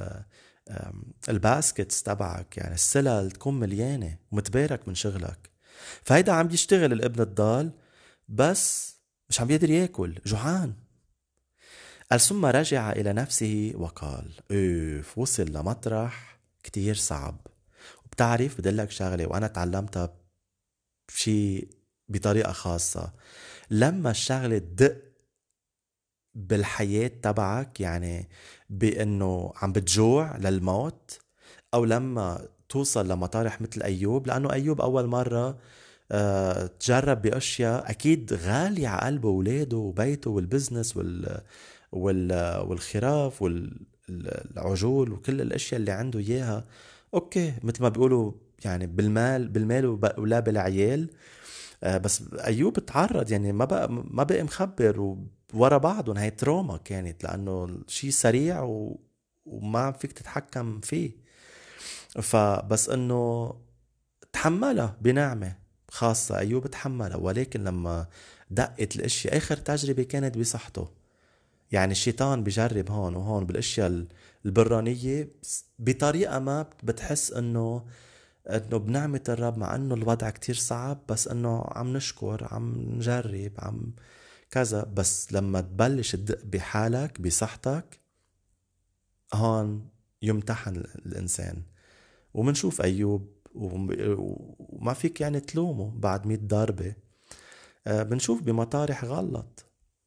الباسكتس تبعك، يعني السلل، تكون مليانة ومتبارك من شغلك. فهيدا عم يشتغل الابن الضال بس مش عم يقدر ياكل، جوعان. قال ثم رجع الى نفسه وقال اوف، وصل لمطرح كتير صعب. وبتعرف بدلك شغلة وانا تعلمتها بشي بطريقة خاصة، لما الشغلة تدق بالحياة تبعك، يعني بأنه عم بتجوع للموت، أو لما توصل لمطارح مثل أيوب، لأنه أيوب أول مرة أه تجرب بأشياء أكيد غالية على قلبه، وولاده وبيته والبزنس وال وال والخراف والعجول وكل الأشياء اللي عنده إياها. أوكي مثل ما بيقولوا يعني بالمال بالمال ولا بالعيال. أه بس أيوب تعرض، يعني ما بقى ما بقى مخبر ورا بعضهم. هي تروما كانت، لأنه شيء سريع و... وما فيك تتحكم فيه. فبس أنه تحملها بنعمة خاصة. أيوب تحملها، ولكن لما دقت الاشياء، آخر تجربة كانت بصحته. يعني الشيطان بيجرب هون وهون بالاشياء البرانية بطريقة ما بتحس أنه انه بنعمة الرب، مع انه الوضع كتير صعب، بس انه عم نشكر، عم نجرب، عم كذا. بس لما تبلش تدق بحالك بصحتك، هون يمتحن الإنسان. ومنشوف أيوب وما فيك يعني تلومه بعد مئة ضربة. بنشوف بمطارح غلط.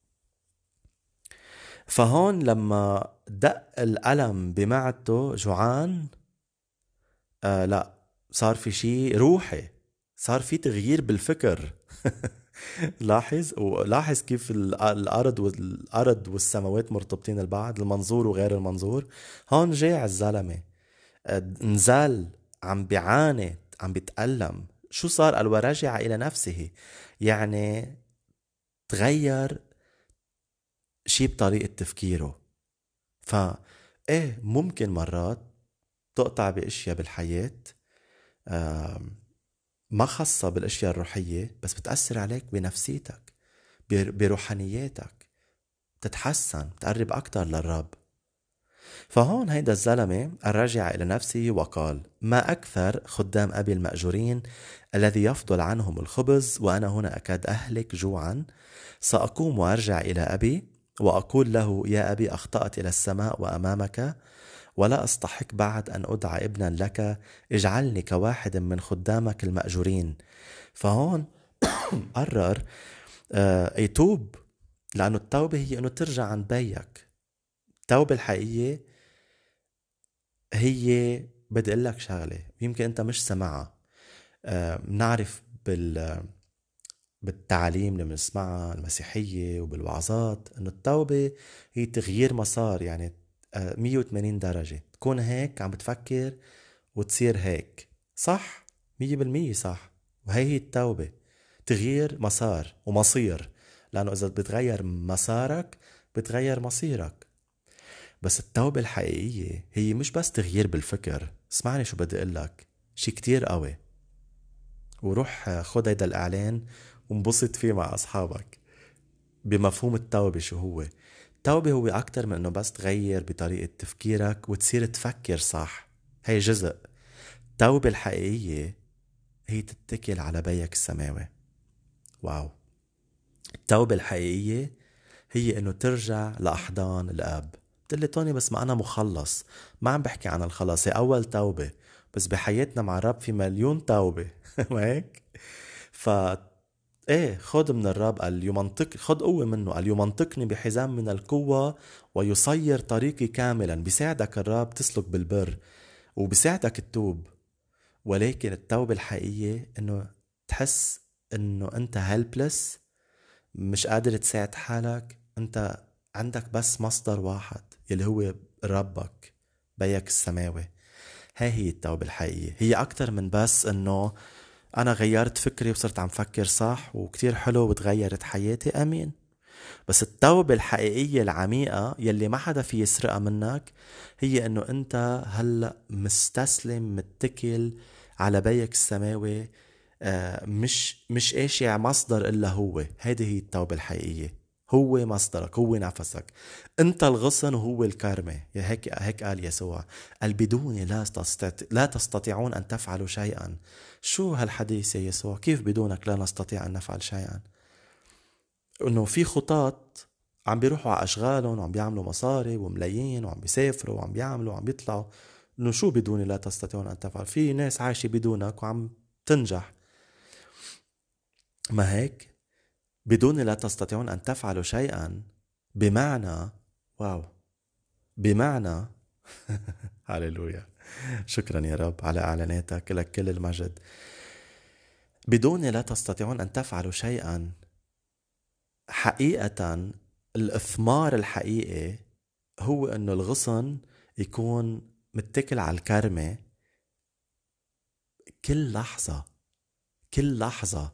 فهون لما دق الألم بمعدته، جوعان، آه لا، صار في شيء روحي، صار في تغيير بالفكر. لاحظ ولاحظ كيف الأرض والأرض والسماوات مرتبطين البعض، المنظور وغير المنظور. هون جاع الزلمة نزال، عم بيعاني، عم بيتألم. شو صار؟ قال ورجع إلى نفسه، يعني تغير شي بطريقة تفكيره. فا ايه ممكن مرات تقطع باشياء بالحياة ما خاصة بالاشياء الروحية، بس بتأثر عليك بنفسيتك، بروحانياتك، تتحسن، تقرب اكتر للرب. فهون هيدا الزلمة رجع إلى نفسه وقال: ما أكثر خدام أبي المأجورين الذي يفضل عنهم الخبز وأنا هنا أكاد أهلك جوعا. سأقوم وأرجع إلى أبي وأقول له: يا أبي، أخطأت إلى السماء وأمامك ولا أستحق بعد أن أدعى ابنا لك، اجعلني كواحد من خدامك المأجورين. فهون قرر يتوب، لأنه التوبة هي أنه ترجع عند بيك. التوبة الحقيقية هي، بدي أقول لك شغلة يمكن أنت مش سمعها. بنعرف بال بالتعاليم اللي بنسمعها المسيحية وبالوعظات إنه التوبة هي تغيير مسار، يعني مية وثمانين درجة، تكون هيك عم بتفكر وتصير هيك. صح؟ مية بالمية صح. وهي هي التوبة، تغيير مسار ومصير، لأنه إذا بتغير مسارك بتغير مصيرك. بس التوبة الحقيقية هي مش بس تغيير بالفكر. اسمعني شو بدي أقولك، شي كتير قوي، وروح خد هيدا الإعلان وانبسط فيه مع أصحابك. بمفهوم التوبة شو هو؟ التوبة هو أكتر من أنه بس تغير بطريقة تفكيرك وتصير تفكر صح، هي جزء. التوبة الحقيقية هي تتكل على بيك السماوي. واو. التوبة الحقيقية هي أنه ترجع لأحضان الأب. بتقلي توني بس ما أنا مخلص، ما عم بحكي عن الخلاص، هي أول توبة، بس بحياتنا مع الرب في مليون توبة. ما هيك؟ ف ايه خد من الرب، قال يمنطق، خد قوة منه، قال يمنطقني بحزام من القوة ويصير طريقي كاملا. بيساعدك الرب تسلك بالبر وبيساعدك تتوب. ولكن التوبة الحقيقية انه تحس انه انت هيلبلس، مش قادر تساعد حالك، انت عندك بس مصدر واحد يلي هو ربك، بيك السماوي. هاي هي التوبة الحقيقية. هي اكتر من بس انه أنا غيرت فكري وصرت عم فكر صح وكتير حلو وتغيرت حياتي. أمين. بس التوبة الحقيقية العميقة يلي ما حدا في يسرقها منك هي أنه أنت هلأ مستسلم متكل على بيك السماوي، مش مش إيش مصدر إلا هو. هيدي هي التوبة الحقيقية. هو مصدرك، هو نفسك، انت الغصن وهو الكرمة. هيك هيك قال يسوع: قال بدوني لا تستطيع لا تستطيعون ان تفعلوا شيئا. شو هالحديث يا يسوع؟ كيف بدونك لا نستطيع ان نفعل شيئا؟ انه في خطاط عم بيروحوا على اشغالهم وعم بيعملوا مصاري وملايين وعم بيسافروا وعم بيعملوا وعم بيطلعوا. انه شو بدوني لا تستطيعون ان تفعل؟ في ناس عايشة بدونك وعم تنجح. ما هيك؟ بدون لا تستطيعون أن تفعلوا شيئا بمعنى، واو، بمعنى هاليلويا. شكرا يا رب على إعلاناتك، لك كل المجد. بدون لا تستطيعون أن تفعلوا شيئا، حقيقة الإثمار الحقيقي هو أنه الغصن يكون متكل على الكرمة كل لحظة، كل لحظة.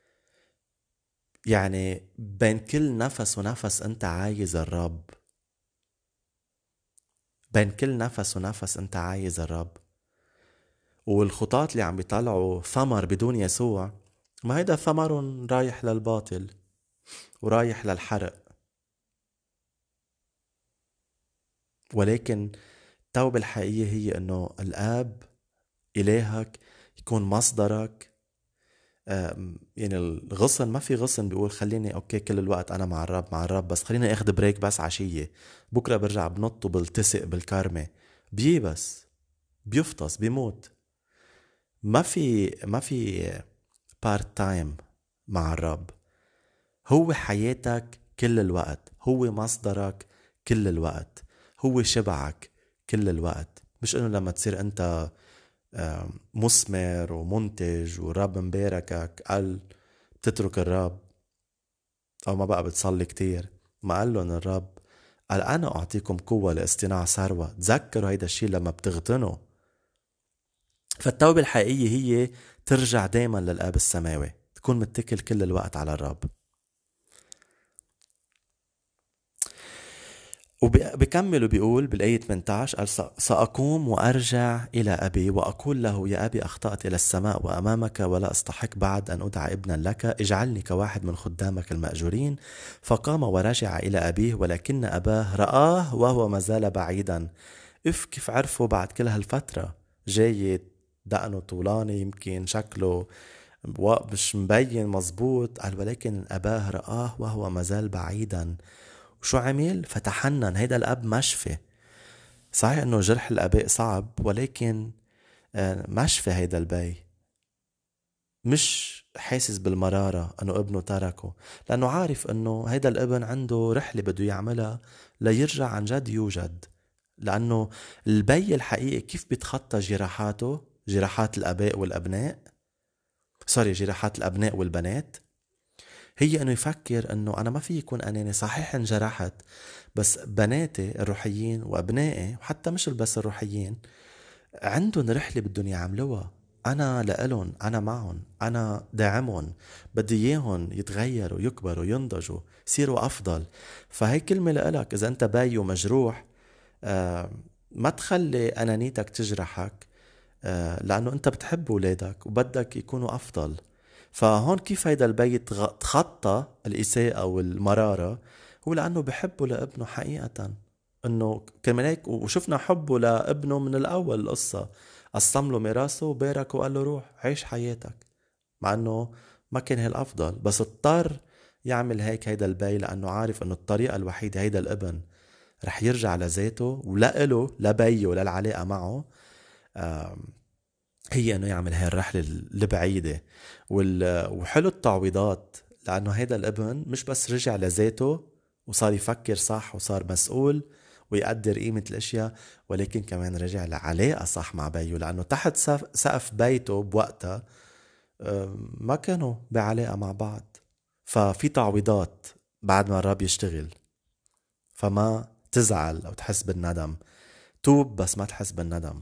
يعني بين كل نفس ونفس أنت عايز الرب، بين كل نفس ونفس أنت عايز الرب. والخطاط اللي عم بيطلعوا ثمر بدون يسوع، ما هيدا ثمر رايح للباطل ورايح للحرق. ولكن التوبة الحقيقية هي أنه الآب إلهك يكون مصدرك. يعني الغصن، ما في غصن بيقول خليني أوكي كل الوقت أنا مع الرب مع الرب بس خليني أخذ بريك بس عشية، بكرة برجع بنط وبلتسق بالكرمة. بيبس، بيفطس، بيموت. ما في ما في بارت تايم مع الرب. هو حياتك كل الوقت، هو مصدرك كل الوقت، هو شبعك كل الوقت. مش انه لما تصير انت مثمر ومنتج والرب مباركك، قال بتترك الرب أو ما بقى بتصلي كتير؟ ما قال لهم الرب قال أنا أعطيكم قوة لاصطناع ثروة. تذكروا هيدا الشيء لما بتغتنوا. فالتوبة الحقيقية هي ترجع دايما للآب السماوي، تكون متكل كل الوقت على الرب. وبكمل وبيقول بالآية ثمانية عشر قال سأقوم وأرجع إلى أبي وأقول له يا أبي أخطأت إلى السماء وأمامك ولا أستحق بعد أن أدعى ابنا لك، اجعلني كواحد من خدامك المأجورين. فقام ورجع إلى أبيه، ولكن أباه رآه وهو ما زال بعيدا. إف كيف عرفوا بعد كل هالفترة؟ جاي دقنه طولاني، يمكن شكله مش مبين مزبوط. قال ولكن أباه رآه وهو ما زال بعيدا. وشو عمل؟ فتحنن. هيدا الأب مشفي. صحيح انه جرح الأباء صعب، ولكن مشفي هيدا البي، مش حاسس بالمرارة انه ابنه تركه، لانه عارف انه هيدا الابن عنده رحلة بده يعملها ليرجع عن جد يوجد. لانه البي الحقيقي كيف بيتخطى جراحاته، جراحات الأباء والأبناء، سوري جراحات الأبناء والبنات، هي انه يفكر انه انا ما في يكون اناني. صحيح انجرحت، بس بناتي الروحيين وابنائي وحتى مش بس الروحيين عندهم رحلة بدهم يعملوها. انا لإلهم، انا معهم، انا داعمهم، بدي اياهم يتغيروا يكبروا ينضجوا يصيروا افضل. فهي كلمة لإلك اذا انت باي ومجروح، آه ما تخلي انانيتك تجرحك، آه لانه انت بتحب اولادك وبدك يكونوا افضل. فهون كيف هيدا البيت تخطى الإساءة والمرارة؟ هو لأنه بحبه لابنه حقيقة، انه كمان هيك. وشفنا حبه لابنه من الأول القصة، قسم له ميراثه وبارك وقال له روح عيش حياتك، مع انه ما كان هي الأفضل، بس اضطر يعمل هيك هيدا البي لأنه عارف انه الطريقة الوحيدة هيدا الابن رح يرجع لذاته ولا إله لبيه ولا العلاقة معه، هي انه يعمل هاي الرحلة البعيدة. وحلو التعويضات، لانه هيدا الابن مش بس رجع لذاته وصار يفكر صح وصار مسؤول ويقدر قيمة الاشياء، ولكن كمان رجع لعلاقة صح مع بيه، لانه تحت سقف بيته بوقتها ما كانوا بعلاقة مع بعض. ففي تعويضات بعد ما الرب يشتغل، فما تزعل او تحس بالندم. توب بس ما تحس بالندم.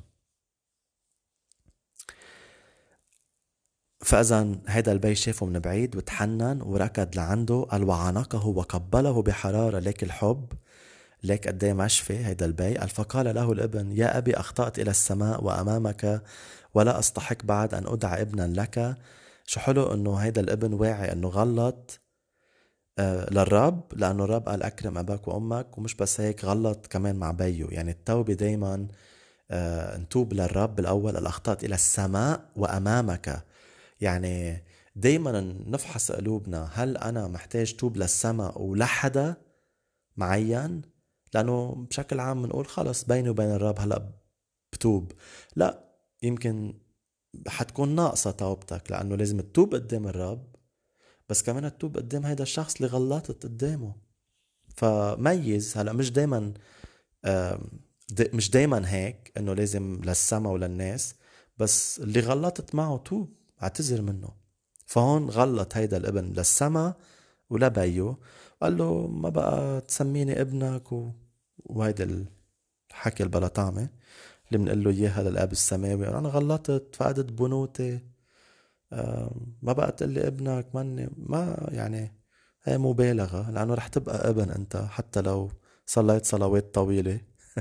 فإذا هيدا البي شافه من بعيد وتحنن وركض لعنده، قال وعانقه وقبله بحرارة. ليك الحب، ليك قد ايه مشفي هيدا البي. قال فقال له الابن يا أبي أخطأت إلى السماء وأمامك ولا أستحق بعد أن أدعى ابنا لك. شو حلو إنه هيدا الابن واعي إنه غلط آه للرب، لأنه الرب قال أكرم أباك وأمك. ومش بس هيك، غلط كمان مع بيه. يعني التوبة دايما آه نتوب للرب الأول. الأخطأت إلى السماء وأمامك، يعني دايما نفحص قلوبنا، هل أنا محتاج توب للسماء ولحدا معين؟ لأنه بشكل عام بنقول خلص بيني وبين الرب هلأ بتوب. لا، يمكن حتكون ناقصة توبتك، لأنه لازم تتوب قدام الرب، بس كمان تتوب قدام هيدا الشخص اللي غلطت قدامه. فميز. هلأ مش دايما دي مش دايما هيك انه لازم للسما وللناس، بس اللي غلطت معه توب اعتذر منه. فهون غلط هيدا الابن للسما ولبيه، قال له ما بقى تسميني ابنك و... وهيدا الحكي البلا طعمه اللي بنقول له اياها للاب السماوي. انا غلطت، فقدت بنوتي، آه ما بقى تقول لي ابنك. مني ما يعني هي مبالغه، لانه رح تبقى ابن انت حتى لو صليت صلوات طويله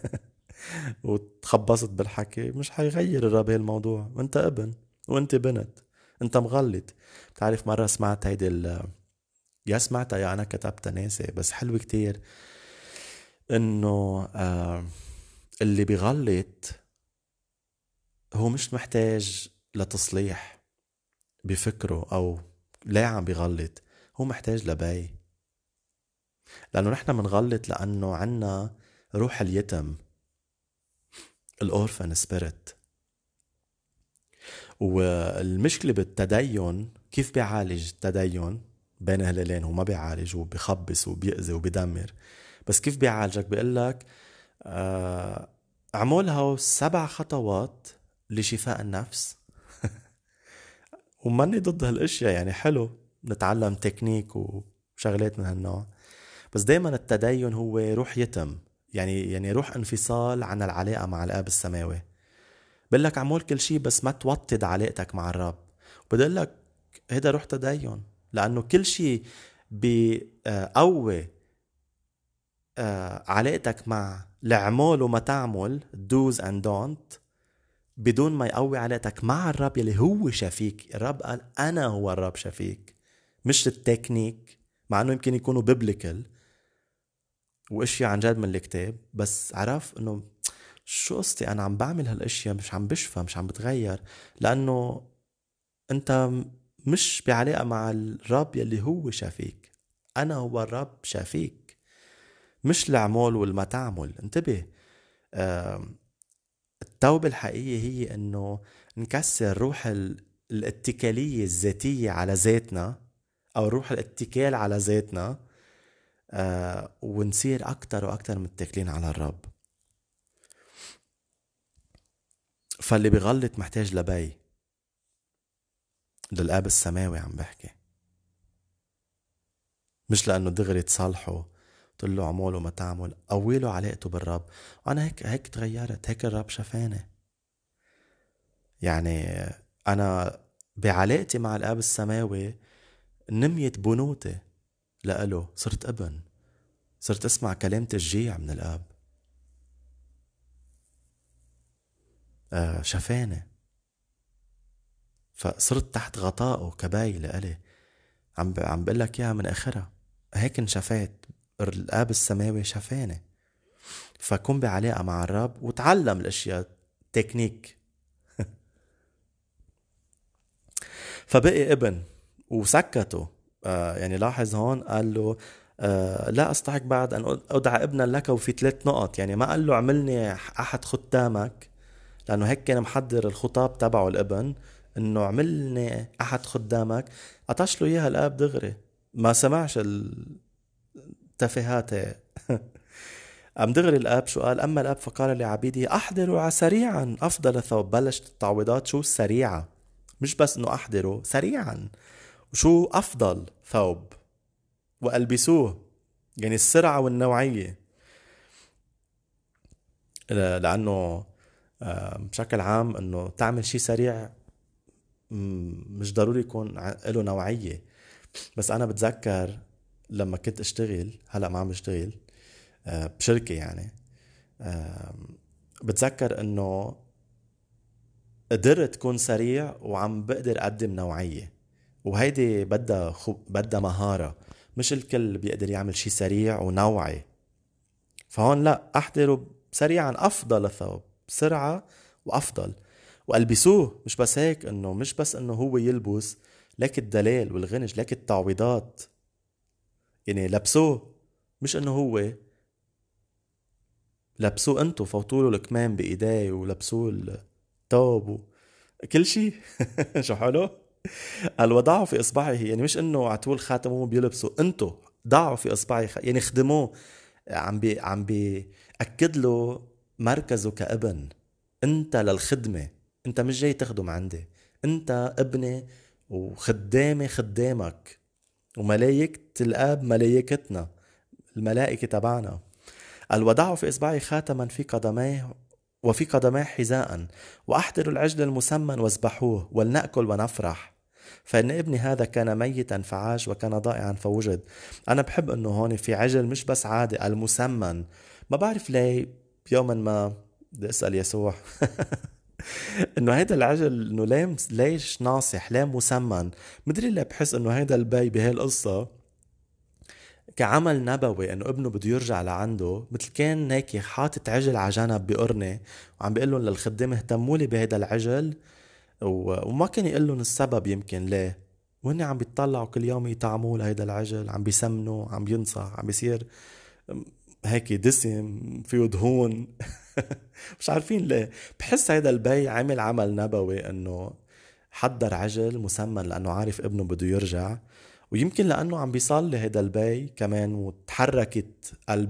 وتخبصت بالحكي. مش حيغير الرب هالموضوع، انت ابن وانت بنت، انت مغلط. بتعرف مرة سمعت هيدي ال يا سمعتها يا انا كتبتها ناسي، بس حلو كتير انه آه اللي بيغلط هو مش محتاج لتصليح بفكره او لا عم بيغلط، هو محتاج لبي. لانه نحن منغلط لانه عنا روح اليتم، الأورفن سبيريت. والمشكلة بالتدين كيف بيعالج التدين بين هلالين؟ هو ما بيعالج، وبيخبص وبيأذي وبيدمر. بس كيف بيعالجك؟ بيقلك آه اعملها سبع خطوات لشفاء النفس. وماني ضد هالاشياء، يعني حلو نتعلم تكنيك وشغلات من هالنوع، بس دايما التدين هو روح يتم، يعني يعني روح انفصال عن العلاقة مع الآب السماوي. بقلك عمول كل شي بس ما توطد علاقتك مع الرب. بدقلك هيدا روح تدين، لأنه كل شي بقوي علاقتك مع العمول وما تعمل do's and don't بدون ما يقوي علاقتك مع الرب يلي هو شفيك. الرب قال أنا هو الرب شفيك، مش التكنيك، مع أنه يمكن يكونوا بيبليكال واشياء عن جد من الكتاب، بس عرف أنه شو قصتي أنا عم بعمل هالاشياء مش عم بشفى، مش عم بتغير، لأنه أنت مش بعلاقة مع الرب يلي هو شفيك. أنا هو الرب شفيك، مش العمول والما تعمل. انتبه، التوبة الحقيقية هي أنه نكسر روح الاتكالية الذاتية على ذاتنا، أو روح الاتكال على ذاتنا، آه ونصير أكتر وأكتر متكلين على الرب. فاللي بيغلط محتاج لبي، للآب السماوي عم بحكي، مش لأنه دغري تصالحه تقول له عمول وما تعمل، قويله علاقته بالرب. وأنا هيك هيك تغيرت، هيك الرب شفاني. يعني أنا بعلاقتي مع الآب السماوي نميت بنوتي لقاله، صرت ابن، صرت اسمع كلام تشجيع من الآب. آه شفاني، فصرت تحت غطائه كباي لقلي. عم ب... عم بقول لك اياها من اخرها، هيك انشفيت، الآب السماوي شفاني. فكن بعلاقة مع الرب وتعلم الاشياء تكنيك. فبقي ابن وسكته. آه يعني لاحظ هون قال له آه لا أستحق بعد أن أدعى ابنا لك، وفي ثلاث نقط. يعني ما قال له عملني أحد خدامك، لأنه هيك كان محضر الخطاب تبعه الابن، إنه عملني أحد خدامك. عطش له إياها الآب دغري، ما سمعش التفاهات. أم دغري الآب شو قال؟ أما الآب فقال لعبيده أحضروا سريعا أفضل ثوب. بلشت التعويضات شو سريعة، مش بس إنه أحضروا سريعا، وشو أفضل ثوب وألبسوه. يعني السرعة والنوعية، لأنه بشكل عام إنه تعمل شي سريع مش ضروري يكون له نوعية. بس أنا بتذكر لما كنت أشتغل، هلأ ما عم بشتغل بشركة يعني، بتذكر إنه قدرت تكون سريع وعم بقدر أقدم نوعية، وهيدي بدها خو... بدها مهارة. مش الكل بيقدر يعمل شي سريع ونوعي. فهون لا، أحضروا سريعا أفضل ثوب، سرعة وأفضل، وألبسوه. مش بس هيك، إنه مش بس إنه هو يلبس، لك الدلال والغنج، لك التعويضات. يعني لبسوه، مش إنه هو لبسوه، أنتو فوتوله الكمام بإيديه ولبسوه التوب وكل شي. شو حلو. قال وضعوا في إصبعه، يعني مش إنه عطوه الخاتم وهم بيلبسوا، أنتو ضعوا في إصبعه، يعني خدموه. عم بي عم بيأكد له مركزه كابن. أنت للخدمة، أنت مش جاي تخدم عندي، أنت ابني وخدامي خدامك، وملايكة الآب ملايكتنا، الملائكة تبعنا. قال وضعوا في إصبعه خاتما في قدميه، وفي قدميه حذاء، وأحضروا العجل المسمن واذبحوه، ولنأكل ونفرح، فإن ابني هذا كان ميتا فعاش وكان ضائعا فوجد. أنا بحب أنه هون في عجل مش بس عادي، المسمن. ما بعرف ليه يوما ما بدي أسأل يسوع انه هيدا العجل انه ليه ليش ناصح، ليه مسمن؟ مدري ليه بحس انه هيدا البي بهالقصة كعمل نبوي، انه ابنه بده يرجع لعنده، مثل كان هيك حاطط عجل على جنب بقرنة، وعم بيقول لهم للخدام اهتموا لي بهيدا العجل، وما كان يقول لهم السبب يمكن ليه، وهن عم بيطلعوا كل يوم يطعموا لهيدا العجل، عم بيسمنوا، عم بينصح، عم بيصير هيك دسم فيه دهون. مش عارفين ليه. بحس هيدا البي عمل عمل نبوي، انه حضر عجل مسمن لانه عارف ابنه بده يرجع، ويمكن لانه عم بيصلي هيدا البي كمان، وتحركت قلب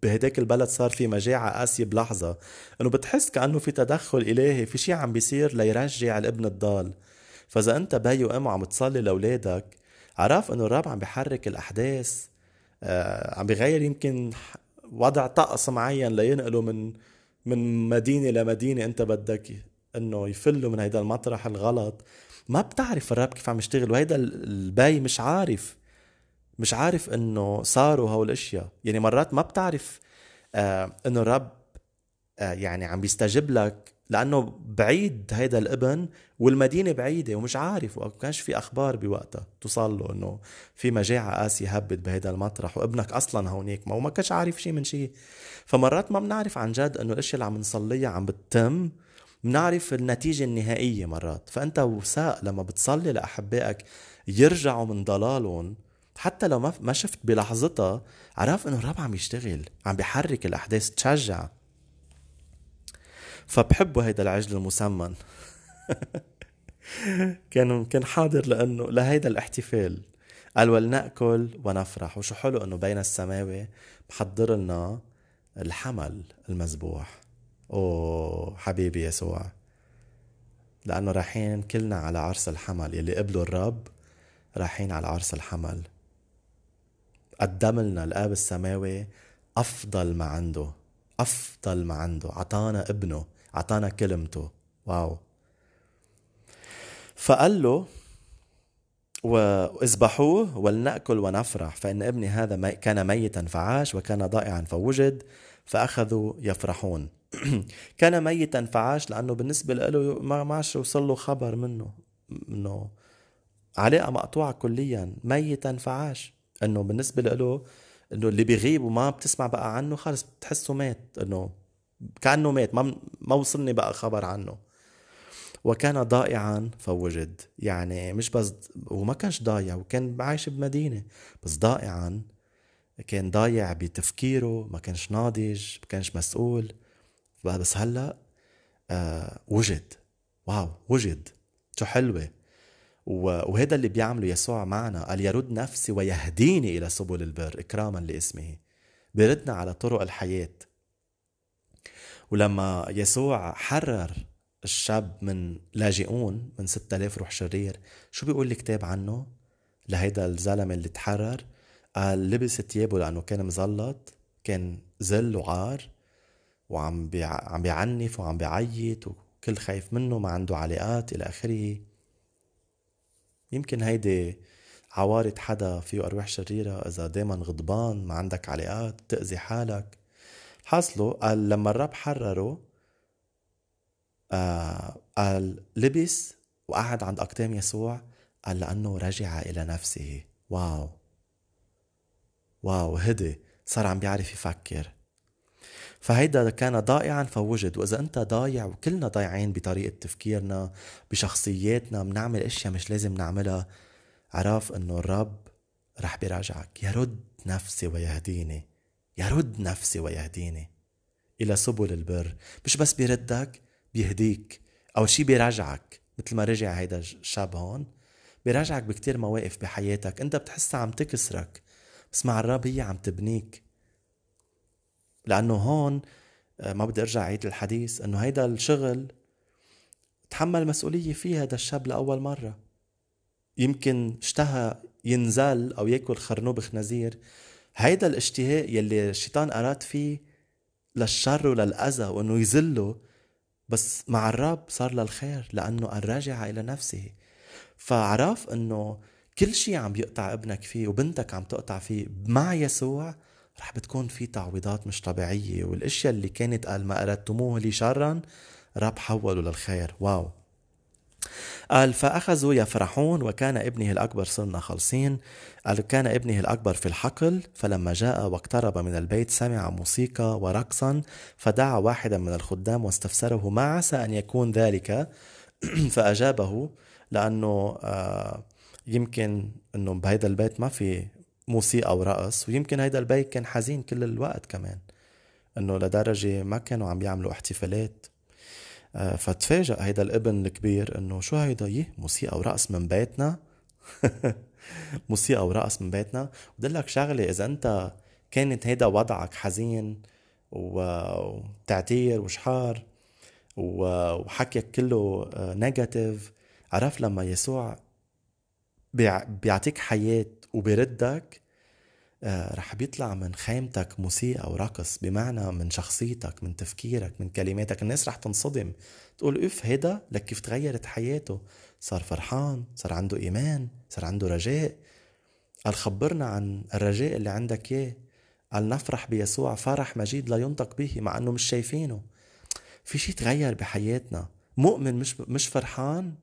بهداك البلد صار في مجاعة قاسية بلحظة، انه بتحس كأنه في تدخل إلهي، في شي عم بيصير ليرجع الابن الضال. فإذا أنت بي وأم عم تصلي لأولادك، عرف انه الرب عم بيحرك الأحداث، آه عم بيغير يمكن وضع طقس معين لينقلوا من من مدينة لمدينة انت بدك انه يفلوا من هيدا المطرح الغلط. ما بتعرف الرب كيف عم يشتغل، وهيدا البي مش عارف مش عارف انه صاروا هول الاشياء. يعني مرات ما بتعرف آه انه الرب آه يعني عم بيستجيب لك لانه بعيد هيدا الابن والمدينة بعيدة ومش عارف، وكانش في اخبار بوقتها توصل له انه في مجاعة قاسية هبت بهيدا المطرح وابنك اصلا هونيك، ما هو ما كانش عارف شيء من شيء. فمرات ما بنعرف عن جد انه الاشياء اللي عم نصليها عم بتتم، بنعرف النتيجة النهائية مرات. فانت وثاق لما بتصلي لاحبائك يرجعوا من ضلالهم، حتى لو ما ما شفت بلحظتها، عرف انه الرب عم يشتغل، عم بيحرك الاحداث، تشجع. فبحبوا هيدا العجل المسمن. كان كان حاضر لانه لهيدا الاحتفال. قال ولنأكل ونفرح. وشو حلو انه بين السماوي بحضر لنا الحمل المذبوح. اوه حبيبي يسوع، لانه رايحين كلنا على عرس الحمل. يلي قبلوا الرب رايحين على عرس الحمل. قدم لنا الآب السماوي أفضل ما عنده، أفضل ما عنده، عطانا ابنه، عطانا كلمته. واو. فقال له واذبحوه ولنأكل ونفرح، فإن ابني هذا مي كان ميتا فعاش وكان ضائعا فوجد، فأخذوا يفرحون. كان ميتا فعاش لأنه بالنسبة له ما معش وصل له خبر منه، إنه علاقة مقطوعة كليا. ميتا فعاش، انه بالنسبة له انه اللي بيغيب وما بتسمع بقى عنه خلص بتحسه مات، انه كأنه مات، ما ما وصلني بقى خبر عنه. وكان ضائعا فوجد، يعني مش بس وما كانش ضايع، وكان عايش بمدينة، بس ضائعا كان ضايع بتفكيره، ما كانش ناضج، ما كانش مسؤول. بس هلأ آه وجد. واو وجد، شو حلوة. وهذا اللي بيعمله يسوع معنا. قال يرد نفسي ويهديني إلى سبل البر إكراما لاسمه، بيردنا على طرق الحياة. ولما يسوع حرر الشاب من لاجئون، من ستة آلاف روح شرير، شو بيقول الكتاب عنه لهيدا الزلمة اللي تحرر؟ قال لبس ثيابه لأنه كان مزلط، كان زل وعار، وعم بيع... عم بيعنف وعم بيعيط، وكل خايف منه، ما عنده علاقات إلى آخره. يمكن هيدي عوارض حدا فيه أرواح شريرة، إذا دايما غضبان، ما عندك علاقات، تأذي حالك. حاصله قال لما الرب حرره آه قال لبس وقعد عند أقدام يسوع. قال لأنه رجع إلى نفسه. واو واو، هدي، صار عم بيعرف يفكر. فهيدا كان ضائعا فوجد. وإذا أنت ضايع، وكلنا ضايعين بطريقة تفكيرنا، بشخصياتنا، بنعمل أشياء مش لازم نعملها، عرف أنه الرب رح بيراجعك. يرد نفسي ويهديني، يرد نفسي ويهديني إلى سبل البر. مش بس بيردك، بيهديك. أو شي بيراجعك، مثل ما رجع هيدا الشاب هون، بيراجعك بكتير مواقف بحياتك أنت بتحسها عم تكسرك، بس مع الرب هي عم تبنيك. لأنه هون ما بدي أرجع عيد الحديث، أنه هيدا الشغل تحمل مسؤولية فيه هذا الشاب لأول مرة. يمكن اشتهى ينزل أو يأكل خرنوب خنزير. هيدا الاشتهاء يلي الشيطان أراد فيه للشر وللأذى وأنه يزله، بس مع الرب صار للخير، لأنه الراجع إلى نفسه. فعرف أنه كل شيء عم يقطع ابنك فيه وبنتك عم تقطع فيه، مع يسوع رح بتكون في تعويضات مش طبيعية. والاشياء اللي كانت قال ما أردتموه لي شرا، رب حولوا للخير. واو. قال فأخذوا يفرحون. وكان ابنه الأكبر، صرنا خلصين. قال كان ابنه الأكبر في الحقل، فلما جاء واقترب من البيت سمع موسيقى ورقصا، فدعا واحدا من الخدام واستفسره ما عسى أن يكون ذلك. فأجابه، لأنه آه يمكن أنه بهيدا البيت ما في موسيقى ورقص، ويمكن هيدا البيت كان حزين كل الوقت كمان، أنه لدرجة ما كانوا عم بيعملوا احتفالات. فتفاجأ هيدا الابن الكبير انه شو هيدا، يه موسيقى ورقص من بيتنا. موسيقى ورقص من بيتنا. ودلك شغلة، اذا انت كانت هيدا وضعك حزين وتعتير وشحار وحكيك كله نيجاتيف، عرف لما يسوع بيعطيك حياة وبيردك، رح بيطلع من خيمتك موسيقى ورقص، بمعنى من شخصيتك، من تفكيرك، من كلماتك. الناس رح تنصدم، تقول اف هيدا لك كيف تغيرت حياته، صار فرحان، صار عنده ايمان، صار عنده رجاء. قال خبرنا عن الرجاء اللي عندك اياه. قال نفرح بيسوع فرح مجيد لا ينطق به، مع انه مش شايفينه. في شي تغير بحياتنا. مؤمن مش مش فرحان،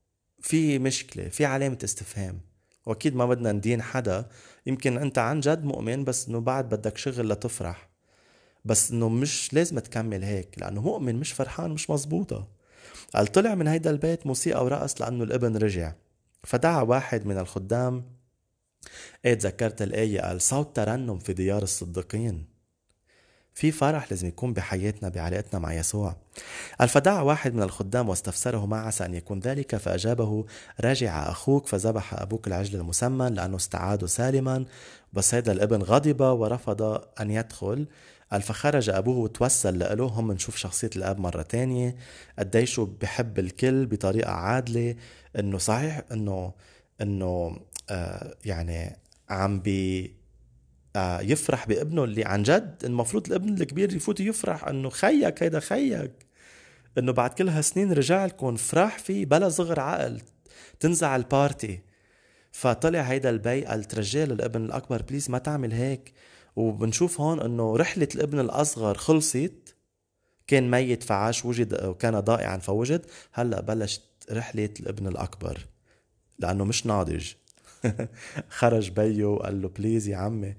في مشكلة، في علامة استفهام. واكيد ما بدنا ندين حدا، يمكن انت عن جد مؤمن بس انه بعد بدك شغل لتفرح، بس انه مش لازم تكمل هيك، لانه مؤمن مش فرحان مش مزبوطة. قال طلع من هيدا البيت موسيقى ورقص لانه الابن رجع. فدعا واحد من الخدام، ايه تذكرت الآية، قال صوت ترنم في ديار الصديقين. في فرح لازم يكون بحياتنا بعلاقتنا مع يسوع. قال فدعا واحد من الخدام واستفسره ما عسى أن يكون ذلك، فأجابه رجع أخوك فذبح أبوك العجل المسمن لأنه استعاد سالما. بس هذا الابن غضب ورفض أن يدخل. قال فخرج أبوه وتوسل له. هم نشوف شخصية الأب مرة تانية قديشو بحب الكل بطريقة عادلة، إنه صحيح إنه إنه آه يعني عم بي آه يفرح بابنه اللي عن جد المفروض الابن الكبير يفوت يفرح انه خيك هيدا خيك، انه بعد كل هالسنين رجع لكم، فرح فيه بلا صغر عقل تنزع البارتي. فطلع هيدا البي قال ترجاه للابن الاكبر بليز ما تعمل هيك. وبنشوف هون انه رحلة الابن الاصغر خلصت، كان ميت فعاش، وجد وكان ضائعا فوجد. هلا بلشت رحلة الابن الاكبر لانه مش ناضج. خرج بيه وقال له بليز يا عمي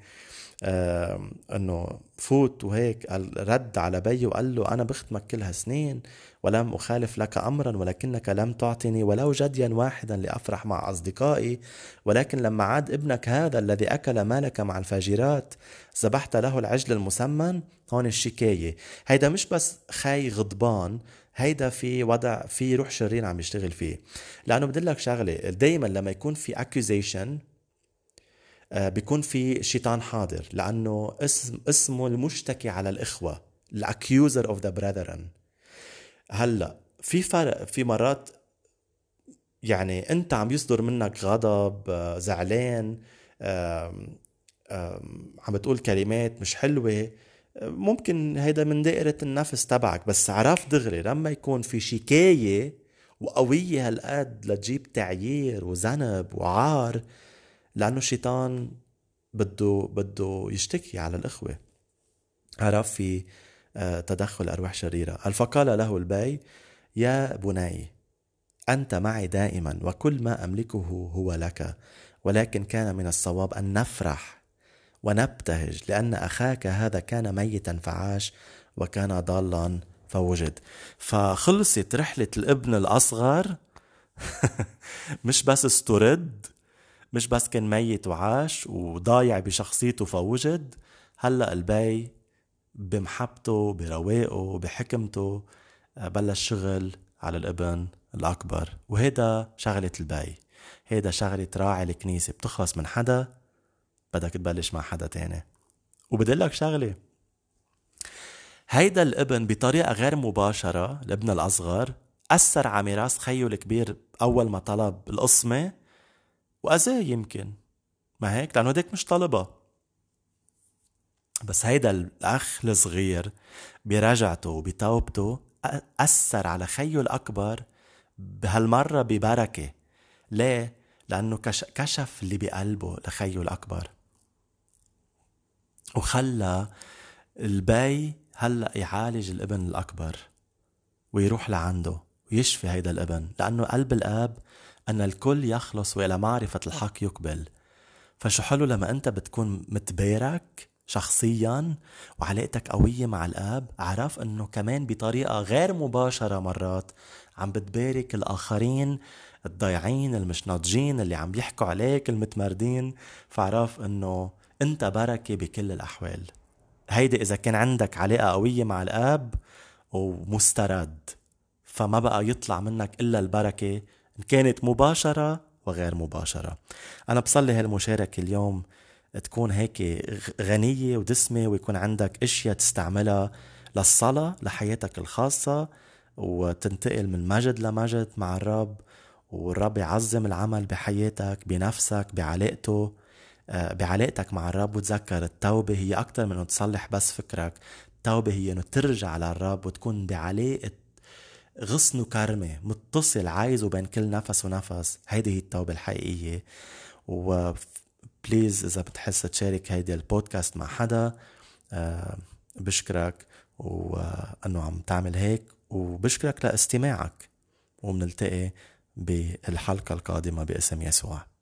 آه انه فوت وهيك. قال رد على بيه وقال له انا بختمك كل هالسنين ولم اخالف لك امرا، ولكنك لم تعطني ولو جديا واحدا لافرح مع اصدقائي. ولكن لما عاد ابنك هذا الذي اكل مالك مع الفاجرات ذبحت له العجل المسمن. هون الشكاية، هيدا مش بس خاي غضبان، هيدا في وضع في روح شرير عم يشتغل فيه. لانه بدلك شغله، دايما لما يكون في accusation آه بيكون في شيطان حاضر، لانه اسم اسمه المشتكي على الاخوه، الاكيوزر اوف ذا براذرن. هلا في فرق، في مرات يعني انت عم يصدر منك غضب، آه زعلان، آه آه عم بتقول كلمات مش حلوه، ممكن هيدا من دائرة النفس تبعك، بس عرف دغري لما يكون في شكاية وقوية هالقد لتجيب تعيير وذنب وعار، لأنه الشيطان بده بده يشتكي على الإخوة. عرف في تدخل أرواح شريرة. فقال له البي يا بني أنت معي دائما وكل ما أملكه هو لك، ولكن كان من الصواب أن نفرح ونبتهج لأن أخاك هذا كان ميتا فعاش وكان ضالا فوجد. فخلصت رحلة الابن الأصغر. مش بس استرد، مش بس كان ميت وعاش وضايع بشخصيته فوجد، هلأ البي بمحبته برواقه بحكمته بلش شغل على الابن الأكبر. وهيدا شغلة البي، هيدا شغلة راعي الكنيسة. بتخلص من حدا بدك تبلش مع حدا تاني. وبدلك شغلة، هيدا الابن بطريقة غير مباشرة، الابن الأصغر أثر على ميراث خيه الكبير أول ما طلب القسمة وأذاه يمكن، ما هيك؟ لأنه ديك مش طلبها. بس هيدا الأخ الصغير برجعته وبتوبته أثر على خيه الأكبر بهالمرة ببركة. ليه؟ لأنه كشف اللي بقلبه لخيه الأكبر، وخلى البي هلأ يعالج الابن الأكبر ويروح لعنده ويشفي هيدا الابن، لأنه قلب الآب أن الكل يخلص وإلى معرفة الحق يقبل. فشو حلو لما أنت بتكون متبارك شخصيا وعلاقتك قوية مع الآب، عرف أنه كمان بطريقة غير مباشرة مرات عم بتبارك الآخرين الضايعين المش ناضجين اللي عم يحكوا عليك المتمردين. فعرف أنه أنت بركة بكل الأحوال. هيدا إذا كان عندك علاقة قوية مع الآب ومسترد، فما بقى يطلع منك إلا البركة إن كانت مباشرة وغير مباشرة. أنا بصلي هالمشاركة اليوم تكون هيك غنية ودسمة، ويكون عندك اشياء تستعملها للصلاة لحياتك الخاصة، وتنتقل من مجد لمجد مع الرب، والرب يعظم العمل بحياتك، بنفسك، بعلاقته بعلاقتك مع الرب. وتذكر التوبة هي أكتر من أنه تصلح بس فكرك، التوبة هي أنه ترجع للرب وتكون بعلاقة غصن وكرمة، متصل عايزه بين كل نفس ونفس. هيدي هي التوبة الحقيقية. وبليز إذا بتحس تشارك هيدي البودكاست مع حدا، أه بشكرك وأنه عم تعمل هيك، وبشكرك لاستماعك، ومنلتقي بالحلقة القادمة باسم يسوع.